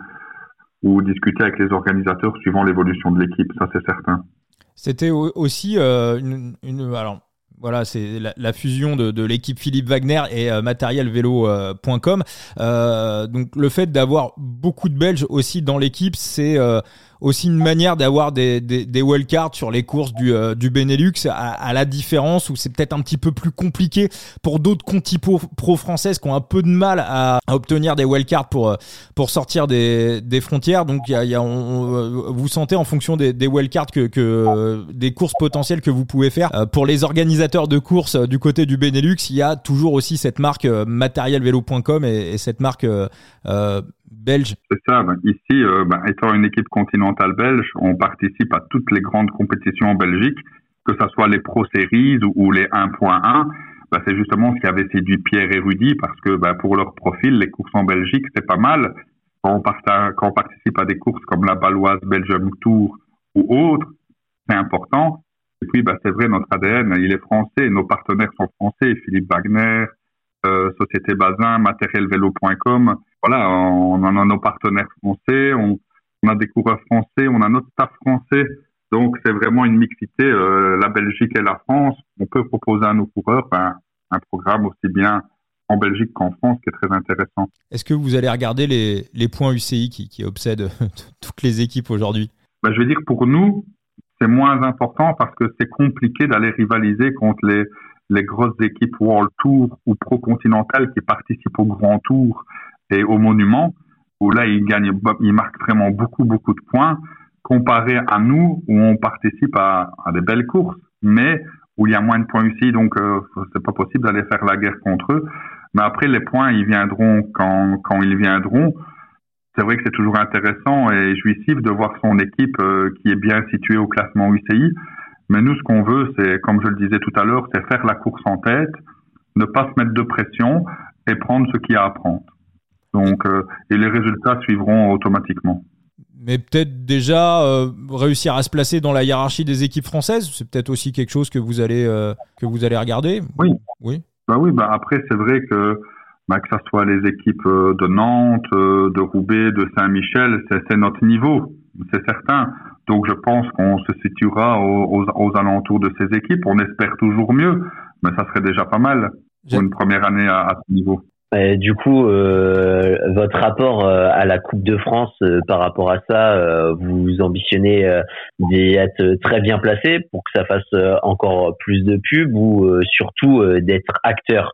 ou discuter avec les organisateurs suivant l'évolution de l'équipe. Ça, c'est certain. C'était aussi euh, une, une, alors. Voilà, c'est la, la fusion de, de l'équipe Philippe Wagner et euh, matériel vélo point com. Euh, donc le fait d'avoir beaucoup de Belges aussi dans l'équipe, c'est euh, aussi une manière d'avoir des, des, des wildcards sur les courses du, euh, du Benelux, à, à la différence où c'est peut-être un petit peu plus compliqué pour d'autres conti pro, pro françaises qui ont un peu de mal à, à obtenir des wildcards pour, pour sortir des, des frontières. Donc y a, y a, on, on, vous sentez en fonction des, des wildcards que, que des courses potentielles que vous pouvez faire. Euh, pour les organisateurs de courses euh, du côté du Benelux, il y a toujours aussi cette marque euh, matériel vélo point com et, et cette marque euh, euh, belge. C'est ça. Ben, ici, euh, ben, étant une équipe continentale belge, on participe à toutes les grandes compétitions en Belgique, que ce soit les Pro Series ou, ou les un point un. Ben, c'est justement ce qui avait séduit Pierre et Rudy parce que ben, pour leur profil, les courses en Belgique, c'est pas mal. Quand on, parta- quand on participe à des courses comme la Baloise Belgium Tour ou autres, c'est important. Et puis, ben, c'est vrai, notre A D N, il est français. Nos partenaires sont français. Philippe Wagner, euh, Société Bazin, matériel vélo point com. Voilà, on en a nos partenaires français, on, on a des coureurs français, on a notre staff français. Donc, c'est vraiment une mixité. Euh, la Belgique et la France, on peut proposer à nos coureurs ben, un programme aussi bien en Belgique qu'en France qui est très intéressant. Est-ce que vous allez regarder les, les points U C I qui, qui obsèdent toutes les équipes aujourd'hui ? Ben, je vais dire pour nous, c'est moins important parce que c'est compliqué d'aller rivaliser contre les, les grosses équipes World Tour ou Pro-Continental qui participent au Grand Tour et au Monument, où là, ils gagnent, ils marquent vraiment beaucoup, beaucoup de points, comparé à nous, où on participe à, à des belles courses, mais où il y a moins de points U C I, donc euh, c'est pas possible d'aller faire la guerre contre eux. Mais après, les points, ils viendront quand, quand ils viendront. C'est vrai que c'est toujours intéressant et jouissif de voir son équipe euh, qui est bien située au classement U C I. Mais nous, ce qu'on veut, c'est, comme je le disais tout à l'heure, c'est faire la course en tête, ne pas se mettre de pression et prendre ce qu'il y a à prendre. Donc, euh, et les résultats suivront automatiquement. Mais peut-être déjà euh, réussir à se placer dans la hiérarchie des équipes françaises, c'est peut-être aussi quelque chose que vous allez euh, que vous allez regarder. Oui. Oui. Bah oui. Bah après, c'est vrai que bah, que ça soit les équipes de Nantes, de Roubaix, de Saint-Michel, c'est, c'est notre niveau, c'est certain. Donc, je pense qu'on se situera aux, aux, aux alentours de ces équipes. On espère toujours mieux, mais ça serait déjà pas mal pour une première année à, à ce niveau. Et du coup, euh, votre rapport euh, à la Coupe de France euh, par rapport à ça, euh, vous ambitionnez euh, d'être très bien placé pour que ça fasse euh, encore plus de pub ou euh, surtout euh, d'être acteur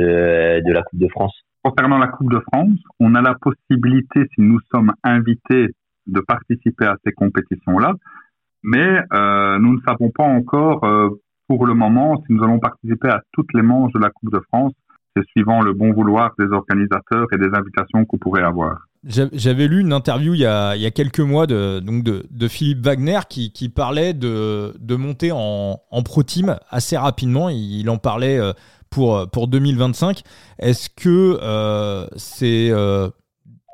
de, de la Coupe de France? Concernant la Coupe de France, on a la possibilité, si nous sommes invités, de participer à ces compétitions-là, mais euh, nous ne savons pas encore euh, pour le moment si nous allons participer à toutes les manches de la Coupe de France. C'est suivant le bon vouloir des organisateurs et des invitations qu'on pourrait avoir. J'avais lu une interview il y a, il y a quelques mois de, donc de, de Philippe Wagner qui, qui parlait de, de monter en, en pro team assez rapidement. Il en parlait pour, pour deux mille vingt-cinq. Est-ce que euh, c'est euh,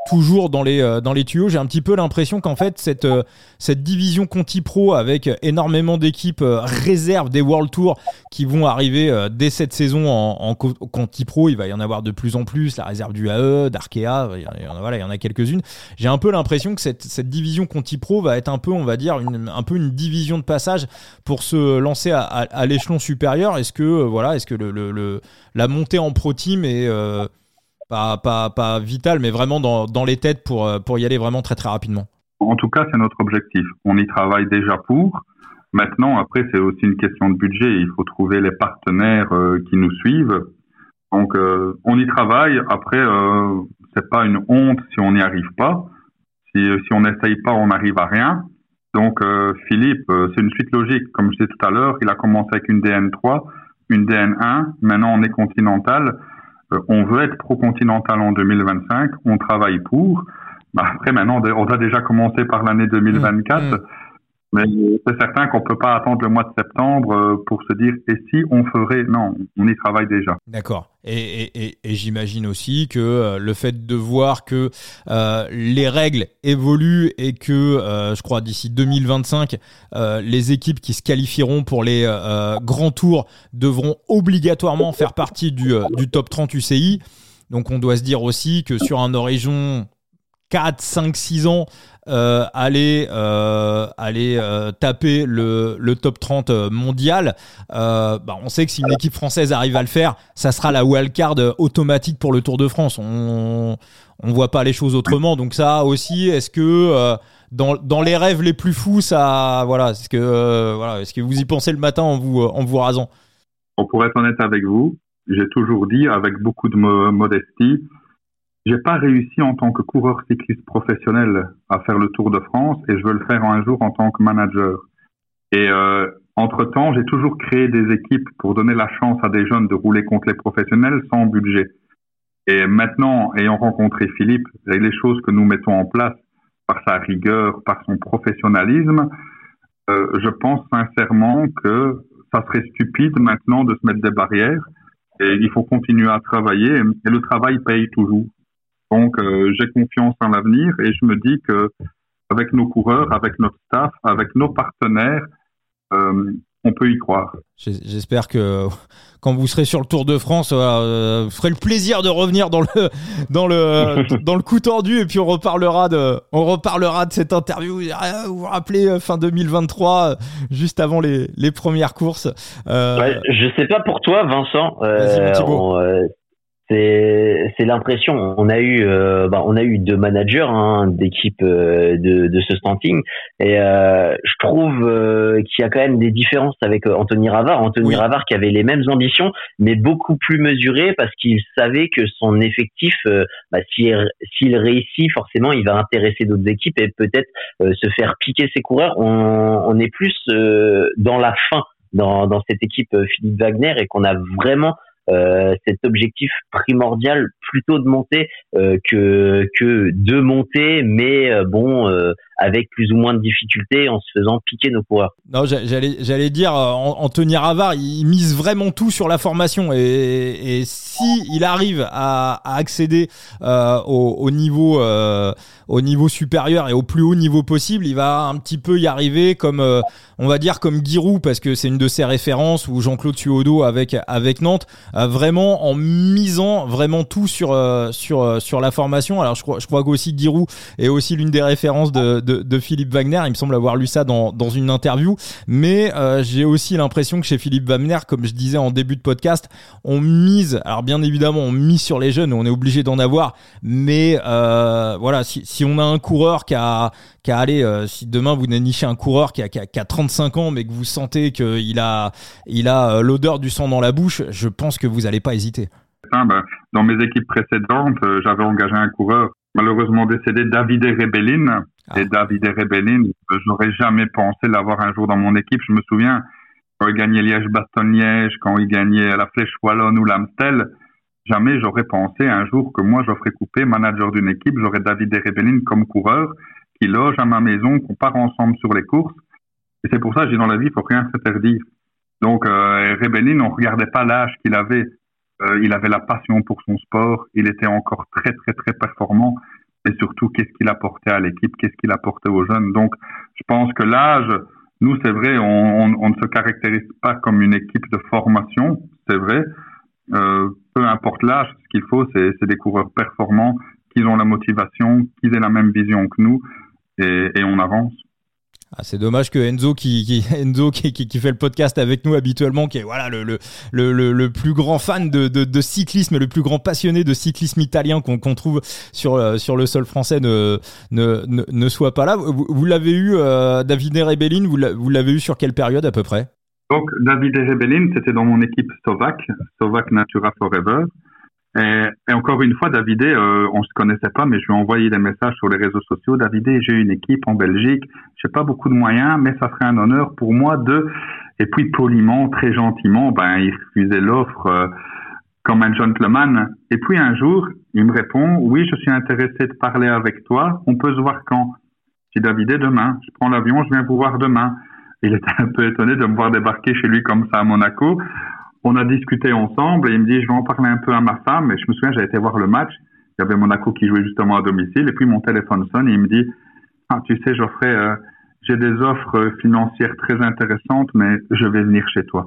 toujours dans les euh, dans les tuyaux. J'ai un petit peu l'impression qu'en fait cette euh, cette division Conti Pro avec énormément d'équipes euh, réserves des World Tour qui vont arriver euh, dès cette saison en, en Conti Pro, il va y en avoir de plus en plus, la réserve du A E, d'Arkea, il y en a, voilà, il y en a quelques-unes. J'ai un peu l'impression que cette cette division Conti Pro va être un peu, on va dire, une, un peu une division de passage pour se lancer à, à, à l'échelon supérieur. Est-ce que euh, voilà, est-ce que le, le, le la montée en Pro Team est euh, Pas, pas, pas vital, mais vraiment dans, dans les têtes pour, pour y aller vraiment très très rapidement? En tout cas, c'est notre objectif. On y travaille déjà pour. Maintenant, après, c'est aussi une question de budget. Il faut trouver les partenaires euh, qui nous suivent. Donc, euh, on y travaille. Après, euh, c'est pas une honte si on n'y arrive pas. Si, si on n'essaye pas, on n'arrive à rien. Donc, euh, Philippe, euh, c'est une suite logique. Comme je disais tout à l'heure, il a commencé avec une D N trois, une D N un. Maintenant, on est continental. On veut être pro-continental en deux mille vingt-cinq, on travaille pour. Bah après, maintenant, on a déjà commencé par l'année deux mille vingt-quatre, mmh. mais c'est certain qu'on peut pas attendre le mois de septembre pour se dire « et si on ferait ?» Non, on y travaille déjà. D'accord. Et, et, et, et j'imagine aussi que euh, le fait de voir que euh, les règles évoluent et que, euh, je crois, d'ici deux mille vingt-cinq, euh, les équipes qui se qualifieront pour les euh, grands tours devront obligatoirement faire partie du, euh, du top trente U C I. Donc on doit se dire aussi que sur un horizon quatre, cinq, six ans, euh, aller, euh, aller euh, taper le, le top trente mondial, euh, bah on sait que si une équipe française arrive à le faire, ça sera la wildcard automatique pour le Tour de France. On on voit pas les choses autrement. Donc ça aussi, est-ce que euh, dans, dans les rêves les plus fous, ça, voilà, est-ce que, euh, voilà, est-ce que vous y pensez le matin en vous, en vous rasant? Pour être honnête avec vous, j'ai toujours dit avec beaucoup de mo- modestie, j'ai pas réussi en tant que coureur cycliste professionnel à faire le Tour de France et je veux le faire un jour en tant que manager. Et euh, entre-temps, j'ai toujours créé des équipes pour donner la chance à des jeunes de rouler contre les professionnels sans budget. Et maintenant, ayant rencontré Philippe, et les choses que nous mettons en place par sa rigueur, par son professionnalisme, euh, je pense sincèrement que ça serait stupide maintenant de se mettre des barrières et il faut continuer à travailler et le travail paye toujours. Donc, euh, j'ai confiance en l'avenir et je me dis que avec nos coureurs, avec notre staff, avec nos partenaires, euh, on peut y croire. J'espère que quand vous serez sur le Tour de France, euh, vous ferez le plaisir de revenir dans le dans le dans le coup tordu et puis on reparlera de on reparlera de cette interview. Vous vous rappelez fin deux mille vingt-trois, juste avant les les premières courses. Euh... Ouais, je sais pas pour toi, Vincent. Euh, Vas-y, mon Thibaut. On, euh... C'est, c'est l'impression. On a eu, euh, bah, on a eu deux managers hein, d'équipe euh, de, de ce standing, et euh, je trouve euh, qu'il y a quand même des différences avec euh, Anthony Ravard. Anthony oui. Ravard qui avait les mêmes ambitions, mais beaucoup plus mesurées parce qu'il savait que son effectif, euh, bah, s'il, s'il réussit, forcément, il va intéresser d'autres équipes et peut-être euh, se faire piquer ses coureurs. On, on est plus euh, dans la fin dans, dans cette équipe euh, Philippe Wagner et qu'on a vraiment Euh, cet objectif primordial plutôt de monter euh, que que de monter, mais euh, bon euh, avec plus ou moins de difficultés en se faisant piquer nos coureurs. Non, j'allais j'allais dire Anthony Ravard, il mise vraiment tout sur la formation et, et si il arrive à, à accéder euh, au, au niveau euh, au niveau supérieur et au plus haut niveau possible, il va un petit peu y arriver comme euh, on va dire comme Giroud parce que c'est une de ses références ou Jean-Claude Suodo avec avec Nantes. Euh, vraiment en misant vraiment tout sur euh, sur euh, sur la formation. Alors je crois je crois qu'aussi Giroud est aussi l'une des références de de, de Philippe Wagner. Il me semble avoir lu ça dans dans une interview. Mais euh, j'ai aussi l'impression que chez Philippe Wagner, comme je disais en début de podcast, on mise. Alors bien évidemment, on mise sur les jeunes. On est obligé d'en avoir. Mais euh, voilà, si si on a un coureur qui a qui a allé, euh, si demain vous dénichez un coureur qui a, qui a qui a trente-cinq ans, mais que vous sentez qu'il a il a l'odeur du sang dans la bouche, je pense que vous n'allez pas hésiter. Dans mes équipes précédentes, j'avais engagé un coureur malheureusement décédé, Davide Rebellin. Ah. Et Davide Rebellin, je n'aurais jamais pensé l'avoir un jour dans mon équipe. Je me souviens, quand il gagnait Liège-Bastogne-Liège, quand il gagnait la Flèche Wallonne ou l'Amstel, jamais j'aurais pensé un jour que moi, Geoffrey Coupé, manager d'une équipe, j'aurais Davide Rebellin comme coureur qui loge à ma maison, qu'on part ensemble sur les courses. Et c'est pour ça que j'ai dans la vie, il faut rien s'interdire. Donc, euh, Rebellin, on regardait pas l'âge qu'il avait. Euh, il avait la passion pour son sport. Il était encore très, très, très performant. et surtout qu'est-ce qu'il apportait à l'équipe, qu'est-ce qu'il apportait aux jeunes. Donc, je pense que l'âge, nous, c'est vrai, on, on, on ne se caractérise pas comme une équipe de formation, c'est vrai. Euh, peu importe l'âge, ce qu'il faut, c'est, c'est des coureurs performants, qui ont la motivation, qui aient la même vision que nous, et, et on avance. Ah, c'est dommage que Enzo qui, qui Enzo qui, qui, qui fait le podcast avec nous habituellement, qui est voilà le le le, le plus grand fan de, de, de cyclisme, le plus grand passionné de cyclisme italien qu'on, qu'on trouve sur sur le sol français, ne ne ne, ne soit pas là. Vous, vous l'avez eu, euh, Davide Rebellin, vous l'avez, vous l'avez eu sur quelle période à peu près? Donc Davide Rebellin, c'était dans mon équipe Sovac, Sovac Natura Forever. Et, et encore une fois, David, euh, on se connaissait pas, mais je lui ai envoyé des messages sur les réseaux sociaux. David, j'ai une équipe en Belgique, j'ai pas beaucoup de moyens, mais ça serait un honneur pour moi de... Et puis poliment, très gentiment, ben il refusait l'offre euh, comme un gentleman. Et puis un jour, il me répond, oui, je suis intéressé de parler avec toi. On peut se voir quand? Je dis, David, demain. Je prends l'avion, je viens vous voir demain. Il était un peu étonné de me voir débarquer chez lui comme ça à Monaco. On a discuté ensemble et il me dit, je vais en parler un peu à ma femme. Et je me souviens, j'avais été voir le match. Il y avait Monaco qui jouait justement à domicile. Et puis mon téléphone sonne et il me dit, ah, tu sais, Geoffrey, euh, j'ai des offres financières très intéressantes, mais je vais venir chez toi.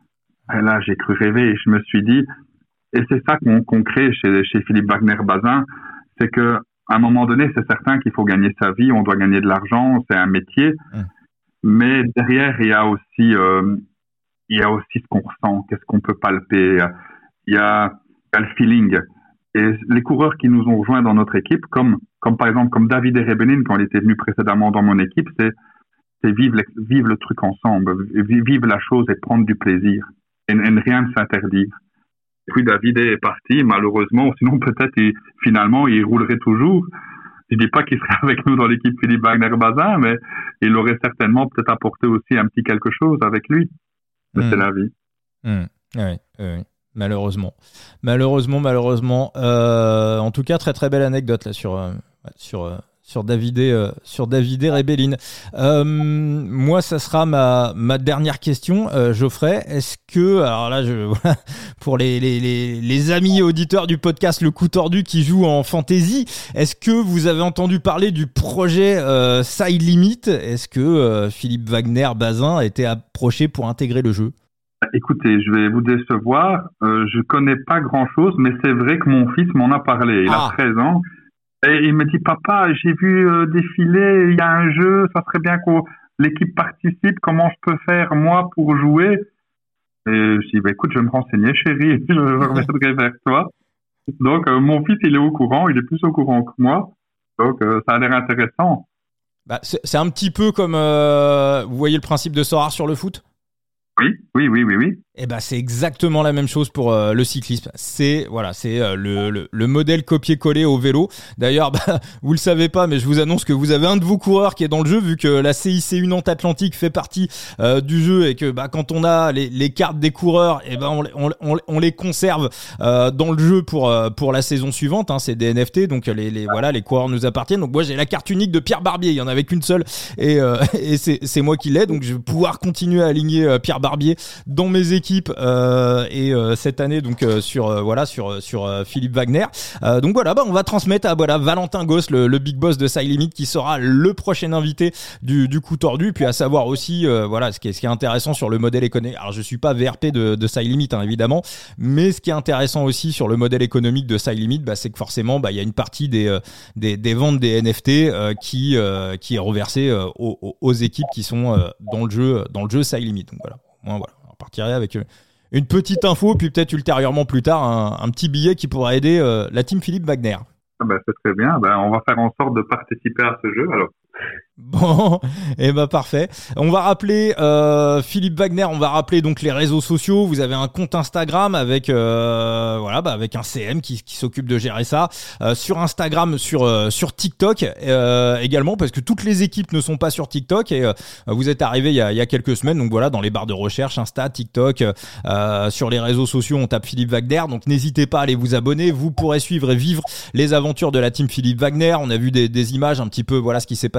Et là, j'ai cru rêver et je me suis dit, et c'est ça qu'on, qu'on crée chez, chez Philippe Wagner-Bazin, c'est que à un moment donné, c'est certain qu'il faut gagner sa vie, on doit gagner de l'argent, c'est un métier. Mmh. Mais derrière, il y a aussi... Euh, il y a aussi ce qu'on ressent, qu'est-ce qu'on peut palper, il y a, il y a le feeling. Et les coureurs qui nous ont rejoints dans notre équipe, comme, comme par exemple, comme David Rebellin, quand il était venu précédemment dans mon équipe, c'est, c'est vivre, vivre le truc ensemble, vivre la chose et prendre du plaisir, et, et rien ne s'interdire. Et puis David est parti, malheureusement, sinon peut-être, il, finalement, il roulerait toujours. Je dis pas qu'il serait avec nous dans l'équipe Philippe Wagner-Bazin, mais il aurait certainement peut-être apporté aussi un petit quelque chose avec lui. Mais mmh. c'est la vie. Mmh. Oui, oui, malheureusement. Malheureusement, malheureusement. Euh, en tout cas, très très belle anecdote là sur, euh, sur, euh, sur Davide, euh, sur Davide Rebellin. Euh, moi, ça sera ma, ma dernière question, euh, Geoffrey. Est-ce que, alors là, je, voilà, pour les, les, les, les amis auditeurs du podcast Le Coup Tordu qui jouent en fantasy, est-ce que vous avez entendu parler du projet euh, Side Limit? Est-ce que euh, Philippe Wagner-Bazin a été approché pour intégrer le jeu? Écoutez, je vais vous décevoir. Euh, je connais pas grand-chose, mais c'est vrai que mon fils m'en a parlé. Il ah. a treize ans. Et il me dit, papa, j'ai vu euh, défiler, il y a un jeu, ça serait bien que l'équipe participe, comment je peux faire, moi, pour jouer? Et je dis, bah, écoute, je vais me renseigner, chérie, je reviendrai vers toi. Donc, euh, mon fils, il est au courant, il est plus au courant que moi. Donc, euh, ça a l'air intéressant. Bah, c'est, c'est un petit peu comme, euh, vous voyez le principe de Sorare sur le foot? Oui, oui, oui, oui, oui. Eh ben, c'est exactement la même chose pour euh, le cyclisme. C'est voilà, c'est euh, le, le le modèle copier-coller au vélo. D'ailleurs, bah, vous le savez pas, mais je vous annonce que vous avez un de vos coureurs qui est dans le jeu, vu que la C I C un Nantes Atlantique fait partie euh, du jeu et que bah quand on a les, les cartes des coureurs, et ben on, on, on, on les conserve euh, dans le jeu pour euh, pour la saison suivante. Hein, c'est des N F T, donc les les voilà, les coureurs nous appartiennent. Donc moi j'ai la carte unique de Pierre Barbier. Il y en avait qu'une seule et euh, et c'est c'est moi qui l'ai. Donc je vais pouvoir continuer à aligner euh, Pierre Barbier dans mes équipes. Euh, et euh, cette année donc euh, sur euh, voilà sur sur euh, Philippe Wagner. Euh, donc voilà, bah on va transmettre à voilà Valentin Goss, le, le big boss de Side Limit, qui sera le prochain invité du du Coup Tordu. Puis à savoir aussi euh, voilà ce qui est ce qui est intéressant sur le modèle économique. Alors je suis pas V R P de de Side Limit hein, évidemment, mais ce qui est intéressant aussi sur le modèle économique de Side Limit, bah c'est que forcément bah il y a une partie des euh, des des ventes des N F T euh, qui euh, qui est reversée euh, aux, aux équipes qui sont euh, dans le jeu dans le jeu Side Limit. Donc voilà, moi voilà. Partirait avec une petite info, puis peut-être ultérieurement plus tard un, un petit billet qui pourra aider euh, la team Philippe Wagner. Ah bah, c'est très bien, bah, on va faire en sorte de participer à ce jeu alors. Bon, et eh ben parfait. On va rappeler euh, Philippe Wagner, on va rappeler donc les réseaux sociaux. Vous avez un compte Instagram avec euh, voilà, bah avec un C M qui, qui s'occupe de gérer ça. Euh, sur Instagram, sur euh, sur TikTok euh, également, parce que toutes les équipes ne sont pas sur TikTok et euh, vous êtes arrivé il y a il y a quelques semaines. Donc voilà, dans les barres de recherche, Insta, TikTok, euh, sur les réseaux sociaux, on tape Philippe Wagner. Donc n'hésitez pas à aller vous abonner. Vous pourrez suivre et vivre les aventures de la team Philippe Wagner. On a vu des, des images un petit peu, voilà ce qui s'est passé dans le fameux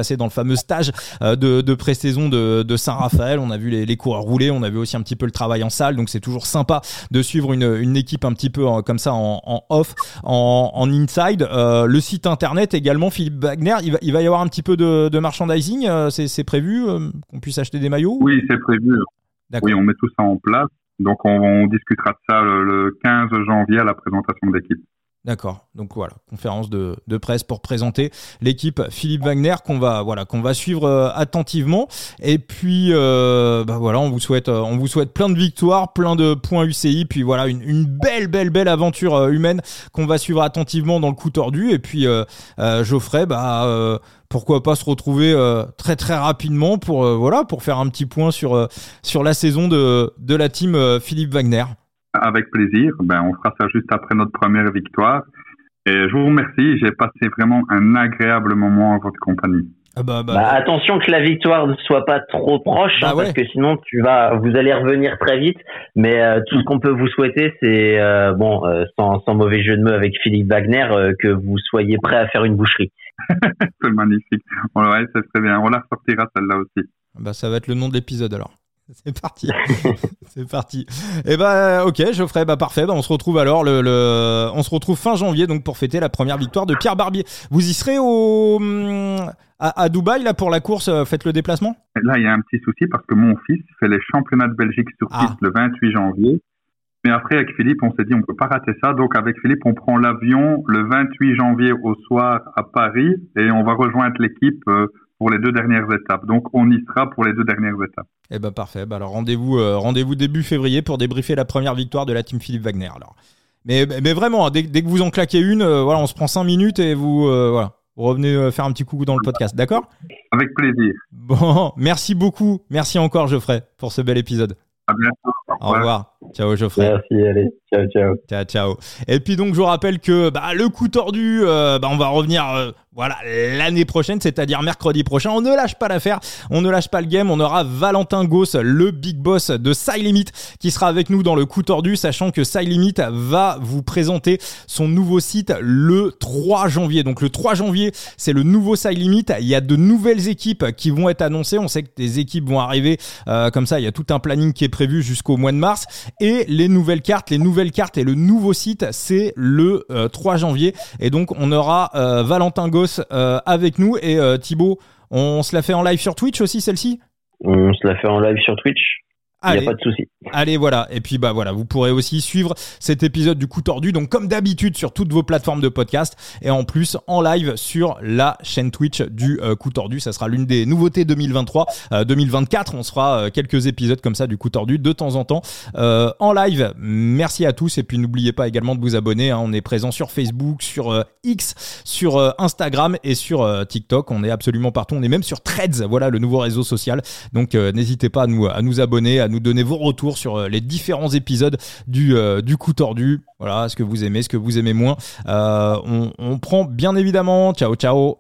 fameux stage euh, de, de pré-saison de, de Saint-Raphaël. On a vu les, les coureurs rouler, on a vu aussi un petit peu le travail en salle, donc c'est toujours sympa de suivre une, une équipe un petit peu en, comme ça en, en off, en, en inside. Euh, le site internet également, Philippe Wagner, il va, il va y avoir un petit peu de, de merchandising, euh, c'est, c'est prévu euh, qu'on puisse acheter des maillots? Oui, c'est prévu. D'accord. Oui, on met tout ça en place. Donc, on, on discutera de ça le, le quinze janvier à la présentation de l'équipe. D'accord. Donc voilà, conférence de, de presse pour présenter l'équipe Philippe Wagner qu'on va voilà qu'on va suivre euh, attentivement. Et puis euh, bah voilà, on vous souhaite euh, on vous souhaite plein de victoires, plein de points U C I, puis voilà une, une belle belle belle aventure euh, humaine qu'on va suivre attentivement dans le coup tordu. Et puis euh, euh, Geoffrey, bah euh, pourquoi pas se retrouver euh, très très rapidement pour euh, voilà pour faire un petit point sur euh, sur la saison de de la team euh, Philippe Wagner. Avec plaisir. Ben, on fera ça juste après notre première victoire. Et je vous remercie. J'ai passé vraiment un agréable moment en votre compagnie. Ah bah, bah, bah, attention que la victoire ne soit pas trop proche, bah hein, ouais. Parce que sinon tu vas, vous allez revenir très vite. Mais euh, tout ce qu'on peut vous souhaiter, c'est euh, bon, euh, sans, sans mauvais jeu de mots avec Philippe Wagner, euh, que vous soyez prêt à faire une boucherie. C'est magnifique. Ouais, c'est très bien. On la ressortira celle-là aussi. Bah, ça va être le nom de l'épisode alors. C'est parti, c'est parti. Et bah ok, Geoffrey, bah parfait. Bah on se retrouve alors le, le, on se retrouve fin janvier donc pour fêter la première victoire de Pierre Barbier. Vous y serez au à, à Dubaï là pour la course, faites le déplacement. Là il y a un petit souci parce que mon fils fait les championnats de Belgique sur piste ah. le vingt-huit janvier. Mais après avec Philippe on s'est dit on peut pas rater ça, donc avec Philippe on prend l'avion le vingt-huit janvier au soir à Paris et on va rejoindre l'équipe. Euh, pour les deux dernières étapes. Donc, on y sera pour les deux dernières étapes. Eh ben parfait. Bah alors, rendez-vous, euh, rendez-vous début février pour débriefer la première victoire de la team Philippe Wagner. Alors. Mais, mais vraiment, dès, dès que vous en claquez une, euh, voilà, on se prend cinq minutes et vous, euh, voilà, vous revenez euh, faire un petit coucou dans le podcast. D'accord ? Avec plaisir. Bon, merci beaucoup. Merci encore, Geoffrey, pour ce bel épisode. À bientôt. Au revoir. Au revoir. Ciao, Geoffrey. Merci, allez. Ciao, ciao. Ciao, ciao. Et puis donc, je vous rappelle que bah, le coup tordu, euh, bah, on va revenir euh, voilà, l'année prochaine, c'est-à-dire mercredi prochain. On ne lâche pas l'affaire, on ne lâche pas le game. On aura Valentin Gauss, le big boss de SideLimit, qui sera avec nous dans le coup tordu, sachant que SideLimit va vous présenter son nouveau site le trois janvier. Donc le trois janvier, c'est le nouveau SideLimit. Il y a de nouvelles équipes qui vont être annoncées. On sait que des équipes vont arriver euh, comme ça. Il y a tout un planning qui est prévu jusqu'au mois de mars. Et les nouvelles cartes, les nouvelles cartes et le nouveau site, c'est le euh, trois janvier. Et donc, on aura euh, Valentin Gauss euh, avec nous. Et euh, Thibaut, on se la fait en live sur Twitch aussi, celle-ci ? On se la fait en live sur Twitch. Il n'y a pas de souci. Allez, voilà. Et puis, bah voilà, vous pourrez aussi suivre cet épisode du coup tordu. Donc, comme d'habitude, sur toutes vos plateformes de podcast. Et en plus, en live sur la chaîne Twitch du euh, coup tordu. Ça sera l'une des nouveautés deux mille vingt-trois. Euh, deux mille vingt-quatre, on se fera euh, quelques épisodes comme ça du coup tordu de temps en temps euh, en live. Merci à tous. Et puis, n'oubliez pas également de vous abonner. Hein. On est présent sur Facebook, sur euh, X, sur euh, Instagram et sur euh, TikTok. On est absolument partout. On est même sur Threads. Voilà, le nouveau réseau social. Donc, euh, n'hésitez pas à nous, à nous abonner, à nous donner vos retours sur les différents épisodes du, euh, du coup tordu. Voilà, ce que vous aimez, ce que vous aimez moins. Euh, on, on prend bien évidemment. Ciao, ciao.